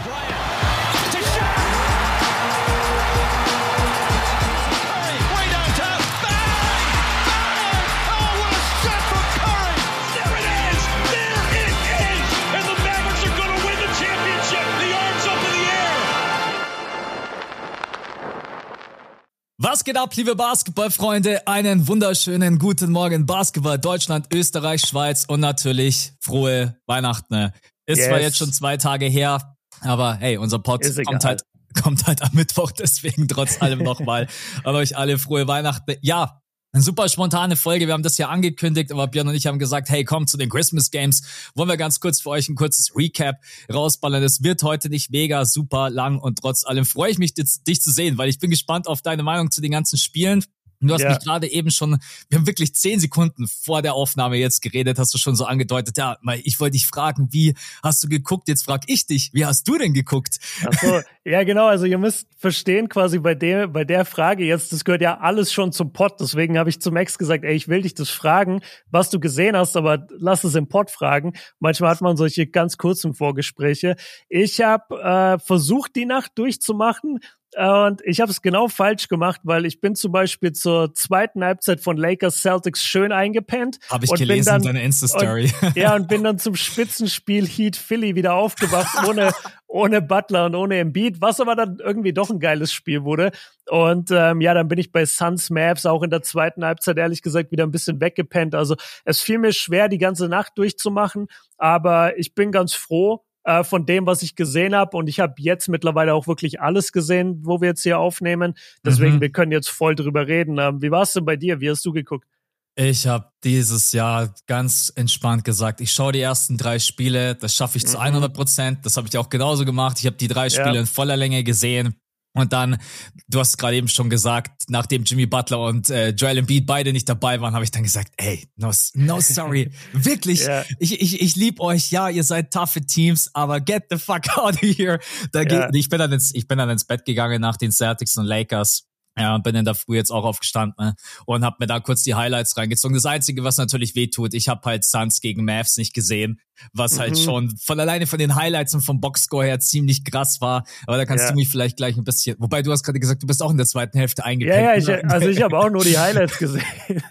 Was geht ab, liebe Basketballfreunde? Einen wunderschönen guten Morgen Basketball Deutschland, Österreich, Schweiz und natürlich frohe Weihnachten. Ist zwar jetzt schon 2 Tage her, aber hey, unser Pod kommt halt am Mittwoch, deswegen trotz allem nochmal an euch alle frohe Weihnachten. Ja, eine super spontane Folge, wir haben das ja angekündigt, aber Björn und ich haben gesagt, hey, komm zu den Christmas Games, wollen wir ganz kurz für euch ein kurzes Recap rausballern. Es wird heute nicht mega super lang und trotz allem freue ich mich, dich zu sehen, weil ich bin gespannt auf deine Meinung zu den ganzen Spielen. Du hast mich gerade eben schon, wir haben wirklich 10 Sekunden vor der Aufnahme jetzt geredet, hast du schon so angedeutet, ja, ich wollte dich fragen, wie hast du geguckt? Jetzt frag ich dich, wie hast du denn geguckt? Ach so, ja genau, also ihr müsst verstehen quasi bei der Frage jetzt, das gehört ja alles schon zum Pod, deswegen habe ich zu Max gesagt, ey, ich will dich das fragen, was du gesehen hast, aber lass es im Pod fragen. Manchmal hat man solche ganz kurzen Vorgespräche. Ich habe versucht, die Nacht durchzumachen. Und ich habe es genau falsch gemacht, weil ich bin zum Beispiel zur zweiten Halbzeit von Lakers Celtics schön eingepennt. Habe ich gelesen, deine Insta-Story. Und bin dann zum Spitzenspiel Heat Philly wieder aufgewacht, ohne Butler und ohne Embiid, was aber dann irgendwie doch ein geiles Spiel wurde. Und dann bin ich bei Suns Mavs auch in der zweiten Halbzeit ehrlich gesagt wieder ein bisschen weggepennt. Also es fiel mir schwer, die ganze Nacht durchzumachen, aber ich bin ganz froh von dem, was ich gesehen habe. Und ich habe jetzt mittlerweile auch wirklich alles gesehen, wo wir jetzt hier aufnehmen. Deswegen, wir können jetzt voll drüber reden. Wie war es denn bei dir? Wie hast du geguckt? Ich habe dieses Jahr ganz entspannt gesagt, ich schaue die ersten 3 Spiele, das schaffe ich zu 100%. Das habe ich auch genauso gemacht. Ich habe die 3 Spiele in voller Länge gesehen. Und dann, du hast gerade eben schon gesagt, nachdem Jimmy Butler und Joel Embiid beide nicht dabei waren, habe ich dann gesagt, ey, no sorry, wirklich, ich lieb euch, ja, ihr seid toughe Teams, aber get the fuck out of here. Ich bin dann ins Bett gegangen nach den Celtics und Lakers. Ja, und bin in der Früh jetzt auch aufgestanden und hab mir da kurz die Highlights reingezogen. Das Einzige, was natürlich wehtut, ich habe halt Suns gegen Mavs nicht gesehen, was halt schon alleine von den Highlights und vom Boxscore her ziemlich krass war. Aber da kannst du mich vielleicht gleich ein bisschen, wobei du hast gerade gesagt, du bist auch in der zweiten Hälfte eingepennt. Ja, ich habe auch nur die Highlights gesehen.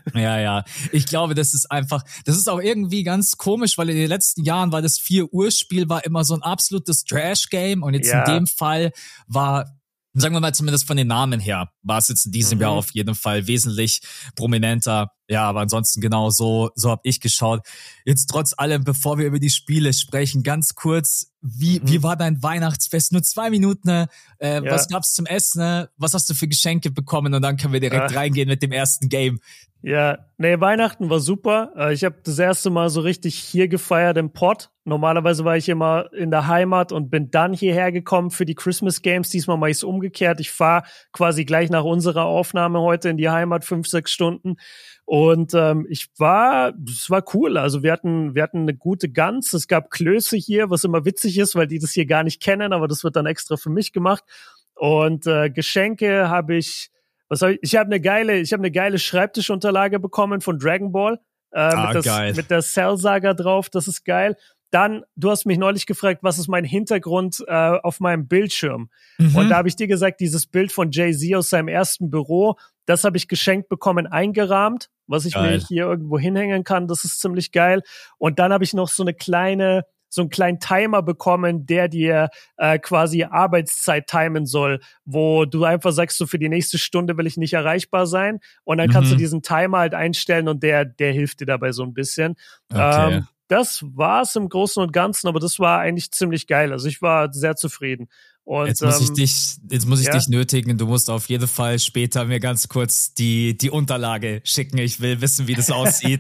Ja. Ich glaube, das ist auch irgendwie ganz komisch, weil in den letzten Jahren war das 4-Uhr-Spiel war immer so ein absolutes Trash-Game und jetzt in dem Fall war, sagen wir mal zumindest von den Namen her, war es jetzt in diesem Jahr auf jeden Fall wesentlich prominenter. Ja, aber ansonsten genau so habe ich geschaut. Jetzt trotz allem, bevor wir über die Spiele sprechen, ganz kurz, wie war dein Weihnachtsfest? Nur 2 Minuten, was gab's zum Essen? Was hast du für Geschenke bekommen? Und dann können wir direkt reingehen mit dem ersten Game. Ja, Weihnachten war super. Ich habe das erste Mal so richtig hier gefeiert im Pod. Normalerweise war ich immer in der Heimat und bin dann hierher gekommen für die Christmas Games. Diesmal mache ich es umgekehrt. Ich fahre quasi gleich nach unserer Aufnahme heute in die Heimat, 5-6 Stunden. Und es war cool. Also wir hatten eine gute Gans. Es gab Klöße hier, was immer witzig ist, weil die das hier gar nicht kennen, aber das wird dann extra für mich gemacht. Und Geschenke habe ich. Ich habe eine geile Schreibtischunterlage bekommen von Dragon Ball mit der Cell-Saga drauf. Das ist geil. Dann, du hast mich neulich gefragt, was ist mein Hintergrund auf meinem Bildschirm? Und da habe ich dir gesagt, dieses Bild von Jay-Z aus seinem ersten Büro, das habe ich geschenkt bekommen, eingerahmt, was ich mir hier irgendwo hinhängen kann. Das ist ziemlich geil. Und dann habe ich noch so einen kleinen Timer bekommen, der dir quasi Arbeitszeit timen soll, wo du einfach sagst, so für die nächste Stunde will ich nicht erreichbar sein. Und dann kannst du diesen Timer halt einstellen und der hilft dir dabei so ein bisschen. Okay. Das war's im Großen und Ganzen, aber das war eigentlich ziemlich geil. Also ich war sehr zufrieden. Und, jetzt muss ich dich nötigen. Du musst auf jeden Fall später mir ganz kurz die Unterlage schicken. Ich will wissen, wie das aussieht.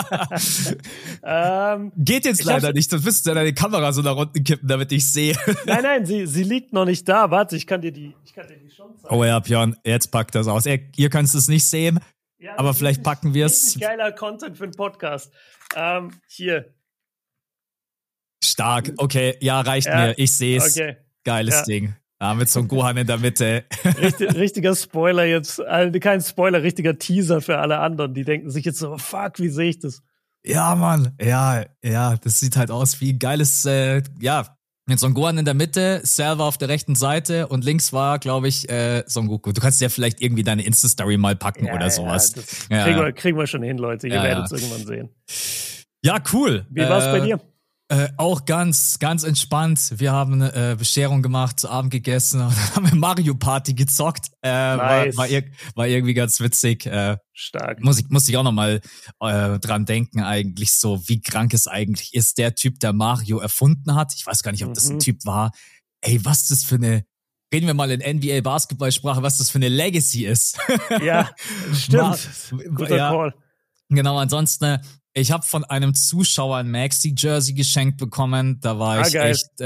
Geht jetzt leider nicht. Dann müsstest du deine Kamera so nach unten kippen, damit ich sehe. Nein, sie liegt noch nicht da. Warte, ich kann dir die schon zeigen. Oh ja, Björn, jetzt packt das aus. Ihr könnt es nicht sehen, aber vielleicht packen wir es. Geiler Content für einen Podcast. Hier. Stark. Okay, ja, reicht mir. Ich sehe es. Okay. Geiles Ding. Ja, mit so einem Gohan in der Mitte. Richtiger Spoiler jetzt. Kein Spoiler, richtiger Teaser für alle anderen. Die denken sich jetzt so, fuck, wie sehe ich das? Ja, Mann. Ja, das sieht halt aus wie ein geiles, Mit Son Gohan in der Mitte, Cell war auf der rechten Seite und links war, glaube ich, Son Goku. Du kannst ja vielleicht irgendwie deine Insta-Story mal packen oder sowas. Das kriegen wir schon hin, Leute. Ihr werdet es irgendwann sehen. Ja, cool. Wie war's bei dir? Auch ganz, ganz entspannt. Wir haben eine Bescherung gemacht, zu Abend gegessen und dann haben wir Mario Party gezockt. Nice. War irgendwie ganz witzig. Stark. Muss ich auch nochmal dran denken eigentlich so, wie krank es eigentlich ist. Der Typ, der Mario erfunden hat. Ich weiß gar nicht, ob das ein Typ war. Ey, was das für eine, reden wir mal in NBA Basketballsprache, was das für eine Legacy ist. Ja, stimmt. Guter Call. Genau, ansonsten, ich habe von einem Zuschauer ein Maxi-Jersey geschenkt bekommen. Da war ich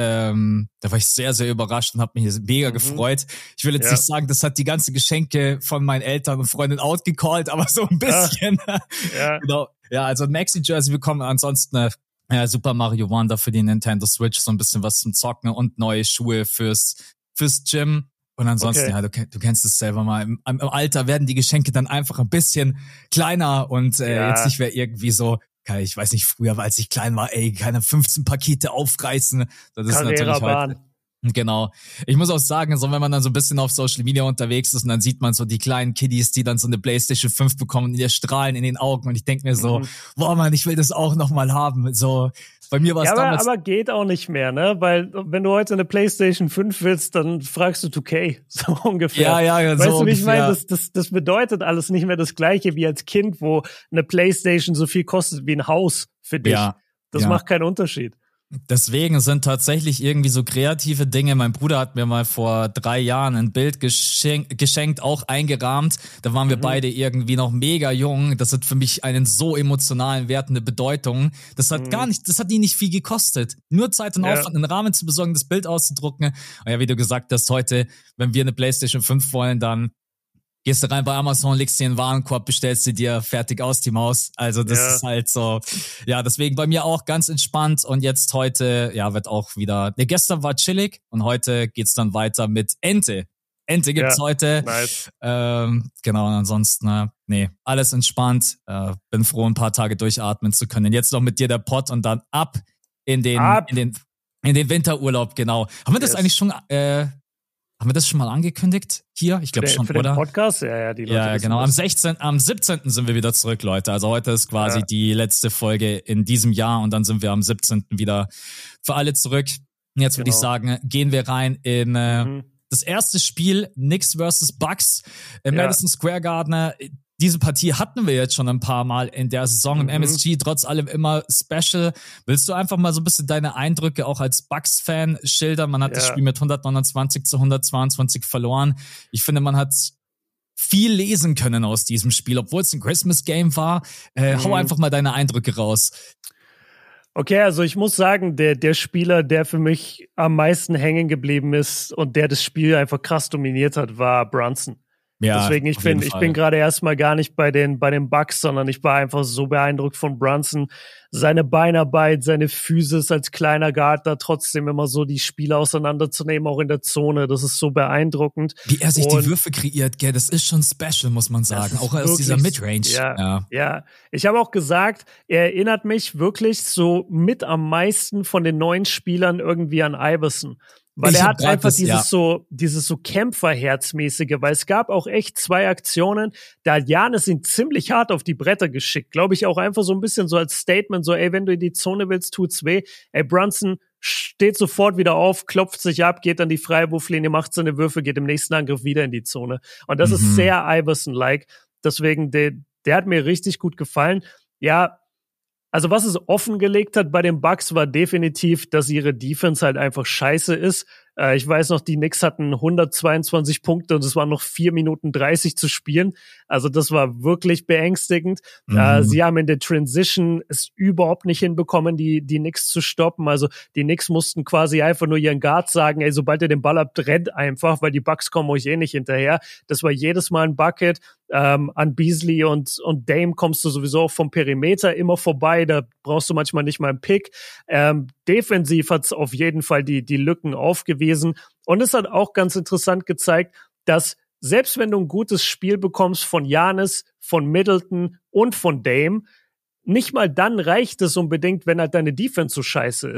sehr, sehr überrascht und habe mich mega gefreut. Ich will jetzt nicht sagen, das hat die ganze Geschenke von meinen Eltern und Freunden outgecallt, aber so ein bisschen. Ja. Genau. Ja, also ein Maxi-Jersey bekommen. Ansonsten Super Mario Wonder für die Nintendo Switch, so ein bisschen was zum Zocken und neue Schuhe fürs Gym. Und ansonsten, du kennst es selber mal, im Alter werden die Geschenke dann einfach ein bisschen kleiner und jetzt nicht mehr irgendwie so, ich weiß nicht, früher, als ich klein war, keine 15 Pakete aufreißen. Das ist natürlich heute. Genau. Ich muss auch sagen, so wenn man dann so ein bisschen auf Social Media unterwegs ist und dann sieht man so die kleinen Kiddies, die dann so eine PlayStation 5 bekommen und die strahlen in den Augen und ich denke mir so, boah Mann, ich will das auch nochmal haben. So, bei mir war es damals. Aber geht auch nicht mehr, ne? Weil wenn du heute eine PlayStation 5 willst, dann fragst du 2K, so ungefähr. Ja, weißt so du, wie ich ungefähr. meine? Das bedeutet alles nicht mehr das Gleiche wie als Kind, wo eine PlayStation so viel kostet wie ein Haus für dich. Das macht keinen Unterschied. Deswegen sind tatsächlich irgendwie so kreative Dinge. Mein Bruder hat mir mal vor 3 Jahren ein Bild geschenkt, auch eingerahmt. Da waren wir beide irgendwie noch mega jung. Das hat für mich einen so emotionalen Wert, eine Bedeutung. Das hat das hat die nicht viel gekostet. Nur Zeit und Aufwand, einen Rahmen zu besorgen, das Bild auszudrucken. Und ja, wie du gesagt hast, heute, wenn wir eine PlayStation 5 wollen, dann gehst du rein bei Amazon, legst dir einen Warenkorb, bestellst sie dir, fertig aus die Maus. Also das ist halt so, ja, deswegen bei mir auch ganz entspannt und jetzt heute, wird auch wieder, gestern war chillig und heute geht's dann weiter mit Ente. Ente gibt's heute. Nice. Genau, und ansonsten, alles entspannt. Bin froh, ein paar Tage durchatmen zu können. Jetzt noch mit dir der Pod und dann ab in den Winterurlaub, genau. Haben wir das eigentlich schon, haben wir das schon mal angekündigt? Hier? Ich glaube schon, für oder? Den Podcast? Ja, die Leute. Ja, genau. Am 17. sind wir wieder zurück, Leute. Also heute ist quasi die letzte Folge in diesem Jahr und dann sind wir am 17. wieder für alle zurück. Und jetzt würde ich sagen, gehen wir rein in das erste Spiel, Knicks versus Bucks im Madison Square Garden. Diese Partie hatten wir jetzt schon ein paar Mal in der Saison im MSG, trotz allem immer special. Willst du einfach mal so ein bisschen deine Eindrücke auch als Bucks-Fan schildern? Man hat das Spiel mit 129-122 verloren. Ich finde, man hat viel lesen können aus diesem Spiel, obwohl es ein Christmas-Game war. Hau einfach mal deine Eindrücke raus. Okay, also ich muss sagen, der Spieler, der für mich am meisten hängen geblieben ist und der das Spiel einfach krass dominiert hat, war Brunson. Ja, deswegen, ich bin gerade erstmal gar nicht bei den Bucks, sondern ich war einfach so beeindruckt von Brunson. Seine Beinarbeit, seine Physis als kleiner Guard, da trotzdem immer so die Spiele auseinanderzunehmen, auch in der Zone. Das ist so beeindruckend. Wie er sich die Würfe kreiert, gell, das ist schon special, muss man sagen. Auch aus dieser Midrange. Ja. Ich habe auch gesagt, er erinnert mich wirklich so mit am meisten von den neuen Spielern irgendwie an Iverson. Weil er hat einfach dieses so Kämpferherzmäßige, weil es gab auch echt 2 Aktionen, da hat Giannis ihn ziemlich hart auf die Bretter geschickt. Glaube ich auch einfach so ein bisschen so als Statement, so wenn du in die Zone willst, tut's weh. Brunson steht sofort wieder auf, klopft sich ab, geht an die Freiwurflinie, macht seine Würfe, geht im nächsten Angriff wieder in die Zone. Und das ist sehr Iverson-like. Deswegen, der hat mir richtig gut gefallen. Ja, also was es offengelegt hat bei den Bucks war definitiv, dass ihre Defense halt einfach scheiße ist. Ich weiß noch, die Knicks hatten 122 Punkte und es waren noch 4 Minuten 30 zu spielen. Also das war wirklich beängstigend. Sie haben in der Transition es überhaupt nicht hinbekommen, die Knicks zu stoppen. Also die Knicks mussten quasi einfach nur ihren Guards sagen, ey, sobald ihr den Ball habt, rennt einfach, weil die Bucks kommen euch eh nicht hinterher. Das war jedes Mal ein Bucket. An Beasley und Dame kommst du sowieso auch vom Perimeter immer vorbei. Da brauchst du manchmal nicht mal einen Pick. Defensiv hat es auf jeden Fall die Lücken aufgewiesen. Und es hat auch ganz interessant gezeigt, dass selbst wenn du ein gutes Spiel bekommst von Giannis, von Middleton und von Dame, nicht mal dann reicht es unbedingt, wenn halt deine Defense so scheiße ist.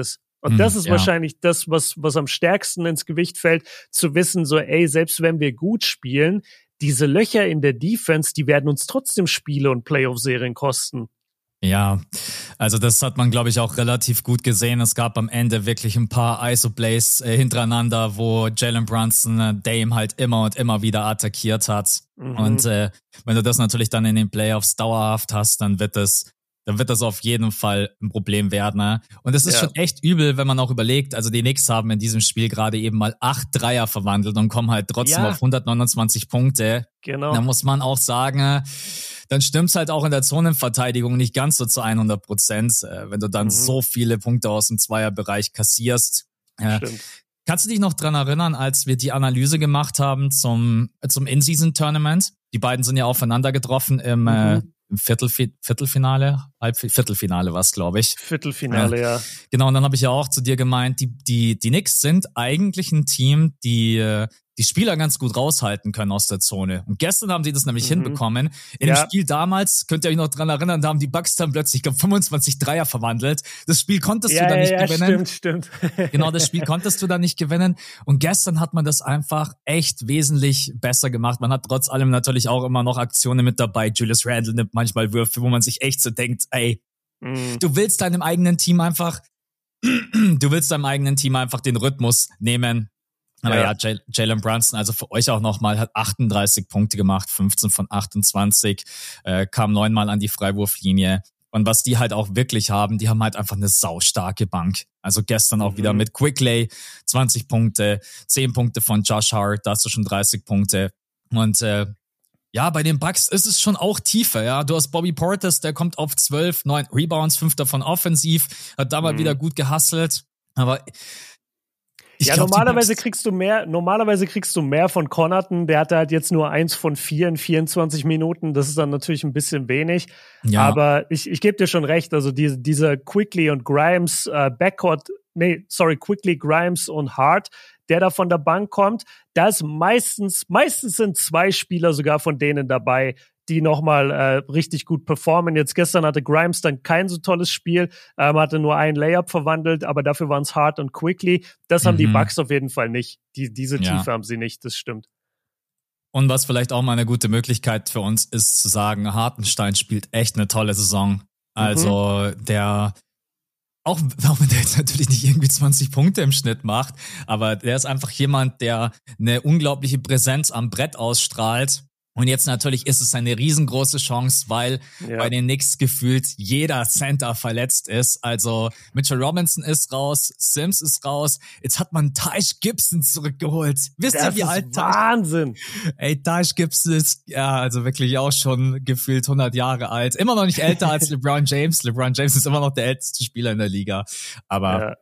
Und das ist wahrscheinlich das, was am stärksten ins Gewicht fällt, zu wissen, so, ey, selbst wenn wir gut spielen, diese Löcher in der Defense, die werden uns trotzdem Spiele und Playoff-Serien kosten. Ja, also das hat man, glaube ich, auch relativ gut gesehen. Es gab am Ende wirklich ein paar ISO-Plays hintereinander, wo Jalen Brunson Dame halt immer und immer wieder attackiert hat. Und wenn du das natürlich dann in den Playoffs dauerhaft hast, dann wird das auf jeden Fall ein Problem werden. Ne? Und es ist schon echt übel, wenn man auch überlegt, also die Knicks haben in diesem Spiel gerade eben mal 8 Dreier verwandelt und kommen halt trotzdem auf 129 Punkte. Genau. Da muss man auch sagen, dann stimmt's halt auch in der Zonenverteidigung nicht ganz so zu 100%, wenn du dann so viele Punkte aus dem Zweierbereich kassierst. Stimmt. Kannst du dich noch dran erinnern, als wir die Analyse gemacht haben zum In-Season-Tournament? Die beiden sind ja aufeinander getroffen im Viertelfinale war es, glaube ich. Viertelfinale, ja. Genau, und dann habe ich ja auch zu dir gemeint, die Knicks sind eigentlich ein Team, die Spieler ganz gut raushalten können aus der Zone. Und gestern haben sie das nämlich hinbekommen. In dem Spiel damals, könnt ihr euch noch dran erinnern, da haben die Bucks dann plötzlich, ich glaube, 25 Dreier verwandelt. Das Spiel konntest du dann nicht gewinnen. Stimmt. Genau, das Spiel konntest du dann nicht gewinnen. Und gestern hat man das einfach echt wesentlich besser gemacht. Man hat trotz allem natürlich auch immer noch Aktionen mit dabei. Julius Randle nimmt manchmal Würfe, wo man sich echt so denkt, ey, du willst deinem eigenen Team einfach den Rhythmus nehmen. Aber ja, Jalen Brunson, also für euch auch nochmal, hat 38 Punkte gemacht, 15 von 28, kam 9-mal an die Freiwurflinie. Und was die halt auch wirklich haben, die haben halt einfach eine saustarke Bank. Also gestern auch wieder mit Quickley, 20 Punkte, 10 Punkte von Josh Hart, da hast du schon 30 Punkte. Und bei den Bucks ist es schon auch tiefer. Ja, du hast Bobby Portis, der kommt auf 12, 9 Rebounds, 5 davon offensiv, hat da mal wieder gut gehustelt. Aber normalerweise kriegst du mehr von Connaughton. Der hatte halt jetzt nur 1 von 4 in 24 Minuten. Das ist dann natürlich ein bisschen wenig. Ja. Aber ich gebe dir schon recht. Also dieser Quickley und Grimes Quickley, Grimes und Hart, der da von der Bank kommt, da ist meistens sind 2 Spieler sogar von denen dabei, die nochmal richtig gut performen. Jetzt gestern hatte Grimes dann kein so tolles Spiel, hatte nur ein Layup verwandelt, aber dafür waren es Hart und Quickley. Das haben die Bucks auf jeden Fall nicht. Diese Tiefe haben sie nicht, das stimmt. Und was vielleicht auch mal eine gute Möglichkeit für uns ist, zu sagen, Hartenstein spielt echt eine tolle Saison. Also auch wenn der jetzt natürlich nicht irgendwie 20 Punkte im Schnitt macht, aber der ist einfach jemand, der eine unglaubliche Präsenz am Brett ausstrahlt. Und jetzt natürlich ist es eine riesengroße Chance, weil bei den Knicks gefühlt jeder Center verletzt ist. Also Mitchell Robinson ist raus, Sims ist raus. Jetzt hat man Taj Gibson zurückgeholt. Wisst ihr, wie alt Wahnsinn. Taj Gibson ist also wirklich auch schon gefühlt 100 Jahre alt. Immer noch nicht älter als LeBron James. LeBron James ist immer noch der älteste Spieler in der Liga. Aber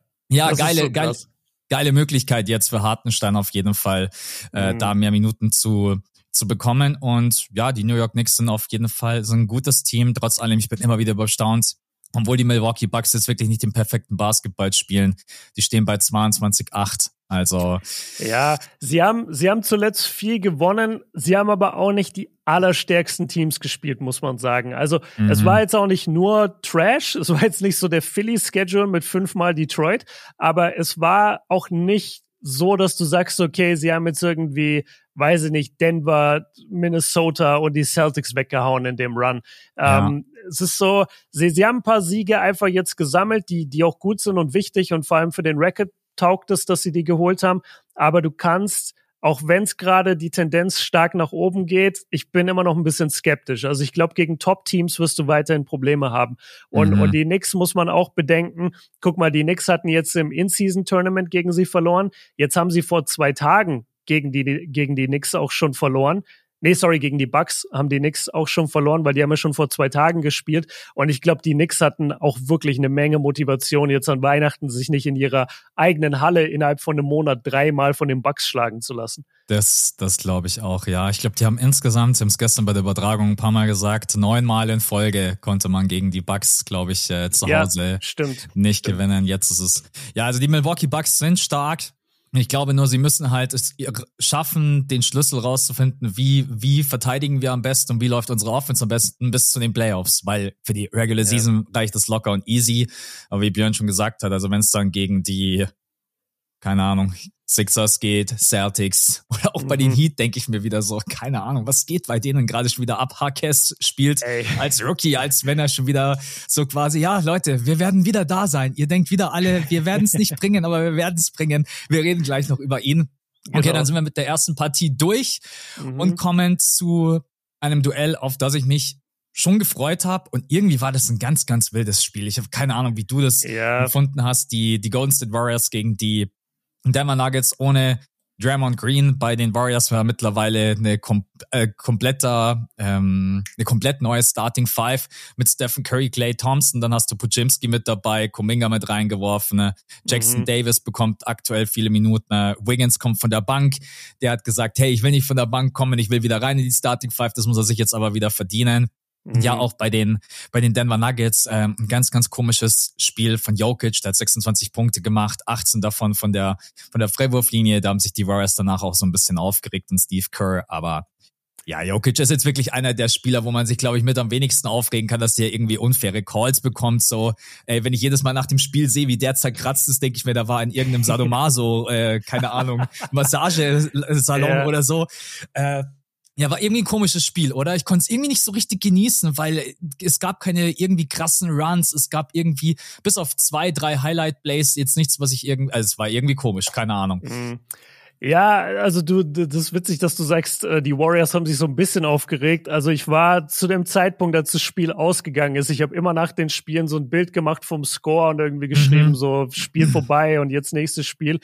geile Möglichkeit jetzt für Hartenstein auf jeden Fall, da mehr Minuten zu bekommen. Und ja, die New York Knicks sind auf jeden Fall so ein gutes Team. Trotz allem, ich bin immer wieder überstaunt, obwohl die Milwaukee Bucks jetzt wirklich nicht den perfekten Basketball spielen. Die stehen bei 22-8. Also ja, sie haben zuletzt viel gewonnen. Sie haben aber auch nicht die allerstärksten Teams gespielt, muss man sagen. Also es war jetzt auch nicht nur Trash. Es war jetzt nicht so der Philly-Schedule mit 5-mal Detroit. Aber es war auch nicht so, dass du sagst, okay, sie haben jetzt irgendwie, weiß ich nicht, Denver, Minnesota und die Celtics weggehauen in dem Run. Es ist so, sie haben ein paar Siege einfach jetzt gesammelt, die auch gut sind und wichtig und vor allem für den Record taugt es, dass sie die geholt haben. Aber du kannst, auch wenn es gerade die Tendenz stark nach oben geht, ich bin immer noch ein bisschen skeptisch. Also ich glaube, gegen Top-Teams wirst du weiterhin Probleme haben. Und die Knicks muss man auch bedenken. Guck mal, die Knicks hatten jetzt im In-Season-Tournament gegen sie verloren. Jetzt haben sie vor 2 Tagen gegen die Knicks auch schon verloren. Gegen die Bucks haben die Knicks auch schon verloren, weil die haben ja schon vor 2 Tagen gespielt. Und ich glaube, die Knicks hatten auch wirklich eine Menge Motivation, jetzt an Weihnachten sich nicht in ihrer eigenen Halle innerhalb von einem Monat 3-mal von den Bucks schlagen zu lassen. Das glaube ich auch, ja. Ich glaube, die haben insgesamt, sie haben es gestern bei der Übertragung ein paar Mal gesagt, 9-mal in Folge konnte man gegen die Bucks, glaube ich, zu Hause nicht gewinnen. Jetzt ist es, also die Milwaukee Bucks sind stark. Ich glaube nur, sie müssen halt es schaffen, den Schlüssel rauszufinden, wie verteidigen wir am besten und wie läuft unsere Offense am besten bis zu den Playoffs, weil für die Regular Season reicht es locker und easy. Aber wie Björn schon gesagt hat, also wenn es dann gegen die, keine Ahnung, Sixers geht, Celtics oder auch bei den Heat, denke ich mir wieder so, keine Ahnung, was geht bei denen gerade schon wieder ab? Harkes spielt als Rookie, als wenn er schon wieder so quasi, ja Leute, wir werden wieder da sein. Ihr denkt wieder alle, wir werden es nicht bringen, aber wir werden es bringen. Wir reden gleich noch über ihn. Genau. Okay, dann sind wir mit der ersten Partie durch und kommen zu einem Duell, auf das ich mich schon gefreut habe und irgendwie war das ein ganz, ganz wildes Spiel. Ich habe keine Ahnung, wie du das empfunden hast. Die Golden State Warriors gegen die Denver Nuggets ohne Draymond Green. Bei den Warriors war mittlerweile eine komplett neue Starting Five mit Stephen Curry, Klay Thompson. Dann hast du Podziemski mit dabei, Kuminga mit reingeworfen. Jackson Davis bekommt aktuell viele Minuten. Wiggins kommt von der Bank. Der hat gesagt, hey, ich will nicht von der Bank kommen, ich will wieder rein in die Starting Five. Das muss er sich jetzt aber wieder verdienen. Ja, auch bei den Denver Nuggets ein ganz, ganz komisches Spiel von Jokic. Der hat 26 Punkte gemacht, 18 davon von der Freiwurflinie. Da haben sich die Warriors danach auch so ein bisschen aufgeregt und Steve Kerr. Aber ja, Jokic ist jetzt wirklich einer der Spieler, wo man sich, glaube ich, mit am wenigsten aufregen kann, dass der irgendwie unfaire Calls bekommt. So, wenn ich jedes Mal nach dem Spiel sehe, wie der zerkratzt ist, denke ich mir, da war in irgendeinem Sadomaso, keine Ahnung, Massagesalon oder so. Ja, war irgendwie ein komisches Spiel, oder? Ich konnte es irgendwie nicht so richtig genießen, weil es gab keine irgendwie krassen Runs. Es gab irgendwie bis auf 2, 3 Highlight-Plays jetzt nichts, was ich also es war irgendwie komisch, keine Ahnung. Ja, also das ist witzig, dass du sagst, die Warriors haben sich so ein bisschen aufgeregt. Also ich war zu dem Zeitpunkt, als das Spiel ausgegangen ist, ich habe immer nach den Spielen so ein Bild gemacht vom Score und irgendwie geschrieben, so Spiel vorbei und jetzt nächstes Spiel.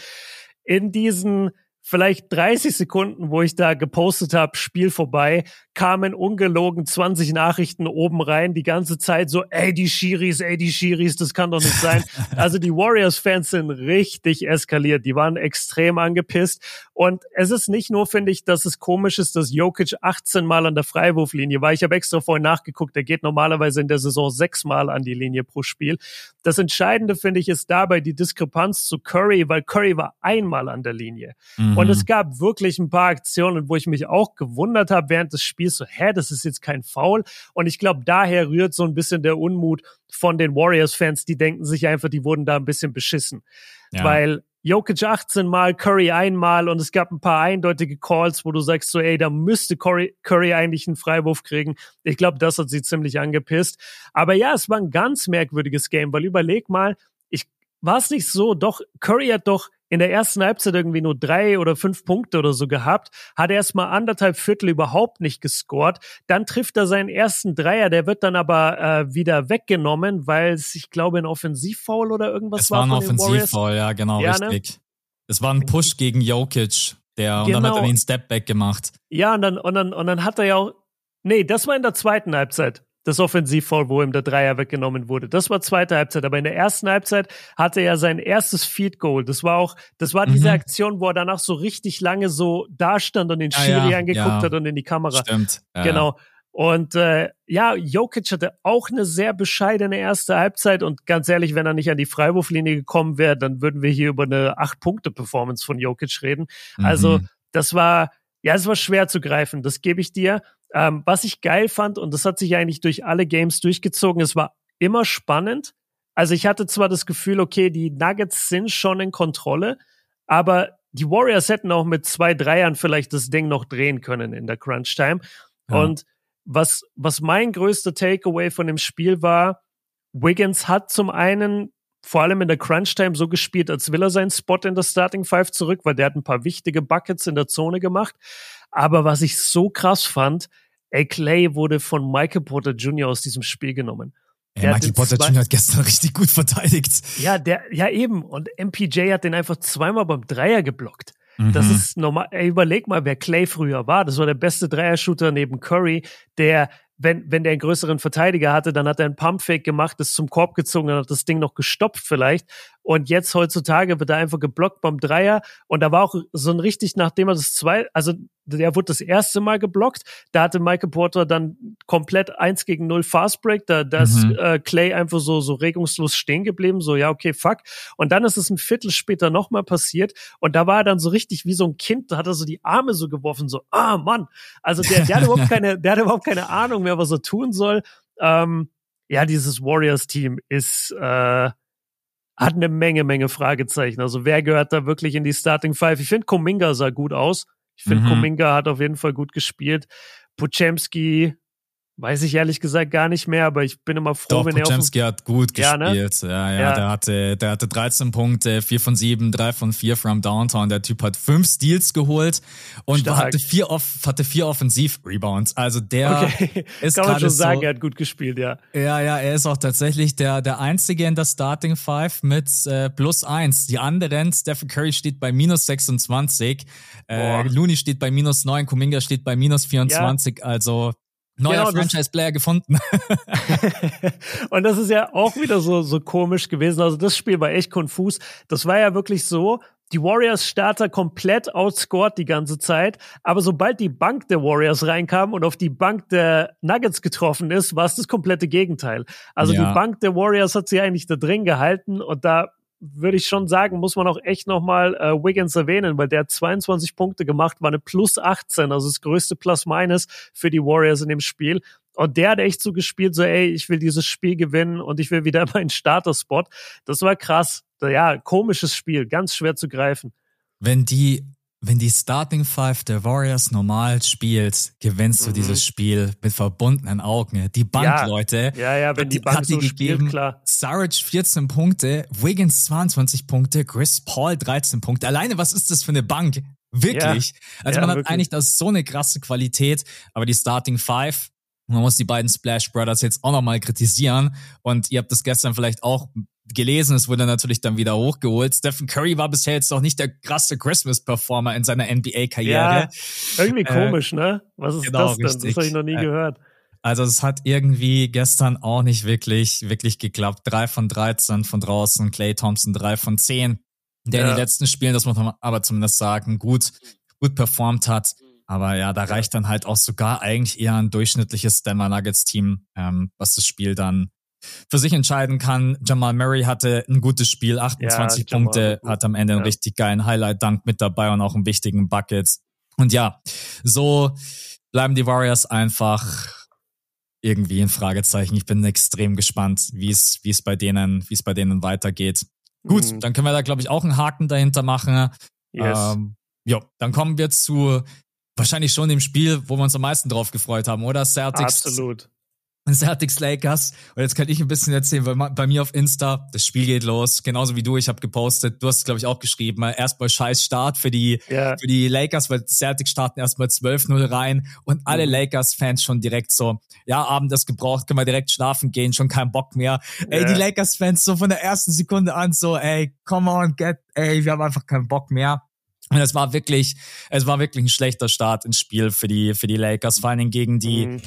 In diesen vielleicht 30 Sekunden, wo ich da gepostet habe, Spiel vorbei, kamen ungelogen 20 Nachrichten oben rein, die ganze Zeit so, ey, die Schiris, das kann doch nicht sein. Also die Warriors-Fans sind richtig eskaliert, die waren extrem angepisst und es ist nicht nur, finde ich, dass es komisch ist, dass Jokic 18 Mal an der Freiwurflinie war. Ich habe extra vorhin nachgeguckt, der geht normalerweise in der Saison 6 Mal an die Linie pro Spiel. Das Entscheidende, finde ich, ist dabei die Diskrepanz zu Curry, weil Curry war einmal an der Linie. Und es gab wirklich ein paar Aktionen, wo ich mich auch gewundert habe während des Spiels, so, das ist jetzt kein Foul. Und ich glaube, daher rührt so ein bisschen der Unmut von den Warriors-Fans, die denken sich einfach, die wurden da ein bisschen beschissen. Ja. Weil Jokic 18 Mal, Curry einmal und es gab ein paar eindeutige Calls, wo du sagst so, ey, da müsste Curry eigentlich einen Freiwurf kriegen. Ich glaube, das hat sie ziemlich angepisst. Aber ja, es war ein ganz merkwürdiges Game, weil überleg mal, war es nicht so, doch, Curry hat doch in der ersten Halbzeit irgendwie nur 3 oder 5 Punkte oder so gehabt, hat erst mal 1,5 Viertel überhaupt nicht gescored, dann trifft er seinen ersten Dreier, der wird dann aber wieder weggenommen, weil es, ich glaube, ein Offensivfoul oder irgendwas war. Es war ein Offensivfoul, ja, genau, ja, richtig. Ne? Es war ein Push gegen Jokic, und dann hat er den Stepback gemacht. Ja, und dann hat er ja auch, das war in der zweiten Halbzeit. Das Offensivfoul, wo ihm der Dreier weggenommen wurde. Das war zweite Halbzeit. Aber in der ersten Halbzeit hatte er sein erstes Field Goal. Das war diese Aktion, wo er danach so richtig lange so dastand und den Schiri angeguckt hat und in die Kamera. Stimmt. Genau. Und Jokic hatte auch eine sehr bescheidene erste Halbzeit und ganz ehrlich, wenn er nicht an die Freiwurflinie gekommen wäre, dann würden wir hier über eine 8-Punkte-Performance von Jokic reden. Also das war schwer zu greifen, das gebe ich dir. Was ich geil fand, und das hat sich eigentlich durch alle Games durchgezogen, es war immer spannend. Also ich hatte zwar das Gefühl, okay, die Nuggets sind schon in Kontrolle, aber die Warriors hätten auch mit 2 Dreiern vielleicht das Ding noch drehen können in der Crunch-Time. Ja. Und was mein größter Takeaway von dem Spiel war, Wiggins hat zum einen vor allem in der Crunch-Time so gespielt, als will er seinen Spot in der Starting Five zurück, weil der hat ein paar wichtige Buckets in der Zone gemacht. Aber was ich so krass fand, Klay wurde von Michael Porter Jr. aus diesem Spiel genommen. Michael Porter Jr. hat gestern richtig gut verteidigt. Ja, eben. Und MPJ hat den einfach 2-mal beim Dreier geblockt. Das ist normal. Überleg mal, wer Klay früher war. Das war der beste Dreier-Shooter neben Curry, der, wenn der einen größeren Verteidiger hatte, dann hat er einen Pumpfake gemacht, ist zum Korb gezogen, dann hat das Ding noch gestopft vielleicht. und jetzt heutzutage wird er einfach geblockt beim Dreier und da war auch so ein richtig, nachdem er der wurde das erste Mal geblockt, da hatte Michael Porter dann komplett 1-gegen-0 Fastbreak, da ist Clay einfach so regungslos stehen geblieben, so ja, okay, fuck. Und dann ist es ein Viertel später nochmal passiert und da war er dann so richtig wie so ein Kind, da hat er so die Arme so geworfen, so, Mann. Also der hat überhaupt keine Ahnung mehr, was er tun soll. Ja, dieses Warriors-Team hat eine Menge Fragezeichen. Also wer gehört da wirklich in die Starting Five? Ich finde, Kuminga sah gut aus. Ich finde, Kuminga hat auf jeden Fall gut gespielt. Podziemski weiß ich ehrlich gesagt gar nicht mehr, aber ich bin immer froh, wenn Podziemski hat gut gespielt. Ne? Ja. Der hatte 13 Punkte, 4 von 7, 3 von 4 from Downtown. Der Typ hat 5 Steals geholt und hatte 4 Offensiv-Rebounds. Also der ist kann man schon sagen, so, er hat gut gespielt, ja. Ja, er ist auch tatsächlich der Einzige in der Starting Five mit +1. Die anderen, Stephen Curry steht bei -26, Looney steht bei -9, Kuminga steht bei -24, also neuer Franchise-Player gefunden. Und das ist ja auch wieder so komisch gewesen. Also das Spiel war echt konfus. Das war ja wirklich so, die Warriors-Starter komplett outscored die ganze Zeit. Aber sobald die Bank der Warriors reinkam und auf die Bank der Nuggets getroffen ist, war es das komplette Gegenteil. Also die Bank der Warriors hat sie eigentlich da drin gehalten und da würde ich schon sagen, muss man auch echt nochmal Wiggins erwähnen, weil der hat 22 Punkte gemacht, war eine +18, also das größte Plus-Minus für die Warriors in dem Spiel. Und der hat echt so gespielt, so ich will dieses Spiel gewinnen und ich will wieder meinen Starter-Spot. Das war krass. Ja, komisches Spiel, ganz schwer zu greifen. Wenn die Starting Five der Warriors normal spielt, gewinnst du dieses Spiel mit verbundenen Augen. Die Bank, Leute. Ja, wenn die Bank so spielt, klar. Saric 14 Punkte, Wiggins 22 Punkte, Chris Paul 13 Punkte. Alleine, was ist das für eine Bank? Wirklich. Also man hat eigentlich das so eine krasse Qualität, aber die Starting Five, man muss die beiden Splash Brothers jetzt auch nochmal kritisieren und ihr habt das gestern vielleicht auch gelesen, es wurde natürlich dann wieder hochgeholt. Stephen Curry war bisher jetzt noch nicht der krasse Christmas-Performer in seiner NBA-Karriere. Ja, irgendwie komisch, ne? Was ist das denn? Richtig. Das habe ich noch nie gehört. Also es hat irgendwie gestern auch nicht wirklich geklappt. 3 von 13 von draußen, Klay Thompson 3 von 10. Der in den letzten Spielen, das muss man aber zumindest sagen, gut performt hat. Aber ja, da reicht dann halt auch sogar eigentlich eher ein durchschnittliches Denver Nuggets-Team, was das Spiel dann für sich entscheiden kann. Jamal Murray hatte ein gutes Spiel, 28 Punkte, hat am Ende einen richtig geilen Highlight-Dunk mit dabei und auch einen wichtigen Bucket. Und ja, so bleiben die Warriors einfach irgendwie ein Fragezeichen. Ich bin extrem gespannt, wie es bei denen weitergeht. Gut, dann können wir da, glaube ich, auch einen Haken dahinter machen. Yes. Dann kommen wir zu wahrscheinlich schon dem Spiel, wo wir uns am meisten drauf gefreut haben, oder? Absolut. Celtics Lakers. Und jetzt kann ich ein bisschen erzählen, weil bei mir auf Insta, das Spiel geht los, genauso wie du, ich habe gepostet, du hast es, glaube ich, auch geschrieben, erstmal scheiß Start für die Lakers, weil Celtics starten erstmal 12-0 rein und alle Lakers-Fans schon direkt so, ja, Abend ist gebraucht, können wir direkt schlafen gehen, schon kein Bock mehr. Ey, die Lakers-Fans so von der ersten Sekunde an so, come on, wir haben einfach keinen Bock mehr. Und es war wirklich ein schlechter Start ins Spiel für die Lakers, vor allen Dingen gegen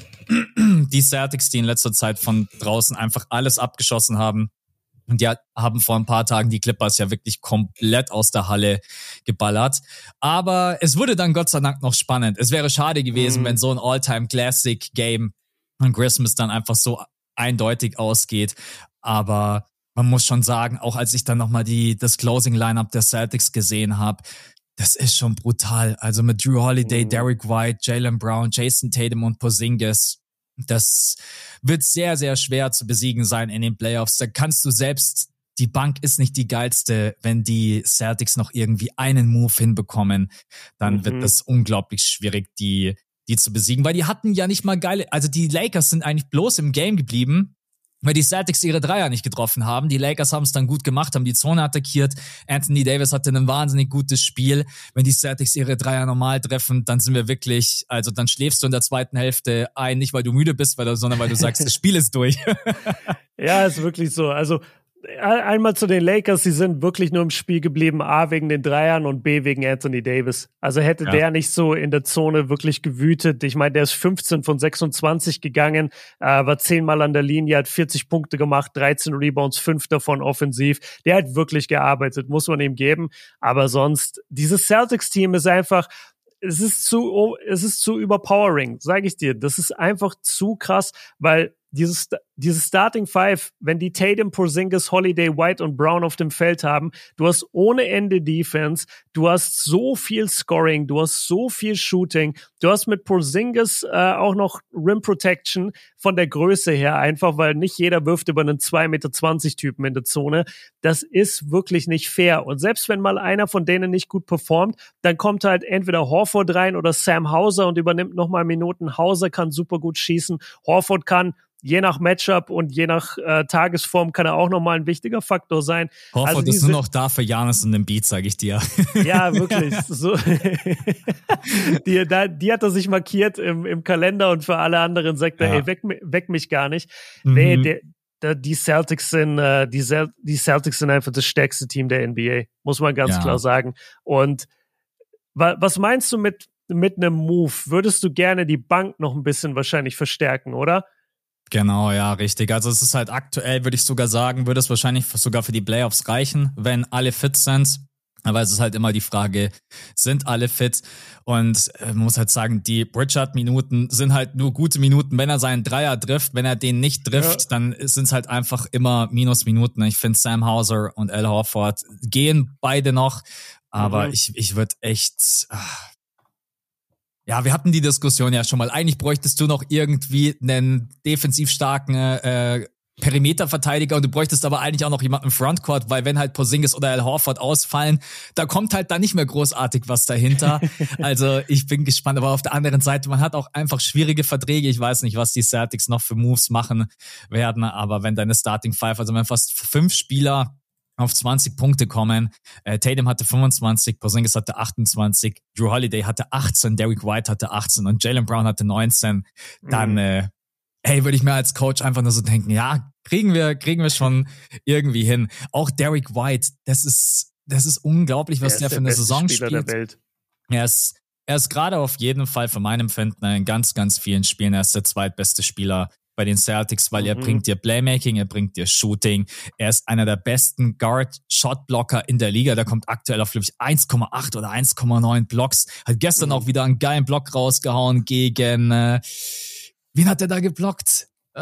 die Celtics, die in letzter Zeit von draußen einfach alles abgeschossen haben. Und die haben vor ein paar Tagen die Clippers ja wirklich komplett aus der Halle geballert. Aber es wurde dann Gott sei Dank noch spannend. Es wäre schade gewesen, wenn so ein All-Time-Classic-Game an Christmas dann einfach so eindeutig ausgeht. Aber man muss schon sagen, auch als ich dann nochmal das Closing-Lineup der Celtics gesehen habe, das ist schon brutal. Also mit Drew Holiday, Derrick White, Jaylen Brown, Jason Tatum und Porzingis. Das wird sehr, sehr schwer zu besiegen sein in den Playoffs. Da kannst du selbst, die Bank ist nicht die geilste, wenn die Celtics noch irgendwie einen Move hinbekommen, dann wird das unglaublich schwierig, die zu besiegen. Weil die hatten ja nicht mal also die Lakers sind eigentlich bloß im Game geblieben, weil die Celtics ihre Dreier nicht getroffen haben. Die Lakers haben es dann gut gemacht, haben die Zone attackiert. Anthony Davis hatte ein wahnsinnig gutes Spiel. Wenn die Celtics ihre Dreier normal treffen, dann sind wir wirklich, also dann schläfst du in der zweiten Hälfte ein, nicht weil du müde bist, sondern weil du sagst, das Spiel ist durch. Ja, ist wirklich so. Also einmal zu den Lakers, sie sind wirklich nur im Spiel geblieben, A, wegen den Dreiern und B, wegen Anthony Davis. Also hätte der nicht so in der Zone wirklich gewütet. Ich meine, der ist 15 von 26 gegangen, war 10-mal an der Linie, hat 40 Punkte gemacht, 13 Rebounds, 5 davon offensiv. Der hat wirklich gearbeitet, muss man ihm geben. Aber sonst, dieses Celtics-Team ist einfach, es ist zu überpowering, sage ich dir. Das ist einfach zu krass, weil diese Starting Five, wenn die Tatum, Porzingis, Holiday, White und Brown auf dem Feld haben, du hast ohne Ende Defense, du hast so viel Scoring, du hast so viel Shooting, du hast mit Porzingis auch noch Rim Protection von der Größe her, einfach weil nicht jeder wirft über einen 2,20 Meter Typen in der Zone. Das ist wirklich nicht fair. Und selbst wenn mal einer von denen nicht gut performt, dann kommt halt entweder Horford rein oder Sam Hauser und übernimmt nochmal Minuten. Hauser kann super gut schießen. Horford kann je nach Matchup und je nach Tagesform kann er auch nochmal ein wichtiger Faktor sein. Horford ist nur noch da für Giannis und Embiid, sag ich dir. Ja, wirklich. So. Die hat er sich markiert im Kalender und für alle anderen sagt er, ey, weck mich gar nicht. Nee, die Celtics sind einfach das stärkste Team der NBA, muss man ganz klar sagen. Und was meinst du mit einem Move? Würdest du gerne die Bank noch ein bisschen wahrscheinlich verstärken, oder? Genau, ja, richtig. Also es ist halt aktuell, würde ich sogar sagen, würde es wahrscheinlich sogar für die Playoffs reichen, wenn alle fit sind. Aber es ist halt immer die Frage, sind alle fit? Und man muss halt sagen, die Pritchard-Minuten sind halt nur gute Minuten, wenn er seinen Dreier trifft. Wenn er den nicht trifft, dann sind es halt einfach immer Minusminuten. Ich finde, Sam Hauser und Al Horford gehen beide noch. Aber ich würde echt... Ja, wir hatten die Diskussion ja schon mal. Eigentlich bräuchtest du noch irgendwie einen defensiv starken Perimeterverteidiger und du bräuchtest aber eigentlich auch noch jemanden im Frontcourt, weil wenn halt Porzingis oder Al Horford ausfallen, da kommt halt dann nicht mehr großartig was dahinter. Also ich bin gespannt, aber auf der anderen Seite, man hat auch einfach schwierige Verträge. Ich weiß nicht, was die Celtics noch für Moves machen werden, aber wenn deine Starting Five, also wenn fast 5 Spieler auf 20 Punkte kommen. Tatum hatte 25, Porzingis hatte 28, Drew Holiday hatte 18, Derrick White hatte 18 und Jaylen Brown hatte 19. Dann, würde ich mir als Coach einfach nur so denken, ja, kriegen wir schon irgendwie hin. Auch Derrick White, das ist unglaublich, was der für eine Saison Spieler spielt. Der Welt. Er ist gerade auf jeden Fall für mein Empfinden in ganz, ganz vielen Spielen. Er ist der zweitbeste Spieler bei den Celtics, weil er bringt dir Playmaking, er bringt dir Shooting. Er ist einer der besten Guard-Shotblocker in der Liga. Der kommt aktuell auf, glaube ich, 1,8 oder 1,9 Blocks. Hat gestern auch wieder einen geilen Block rausgehauen gegen, wen hat er da geblockt? Ich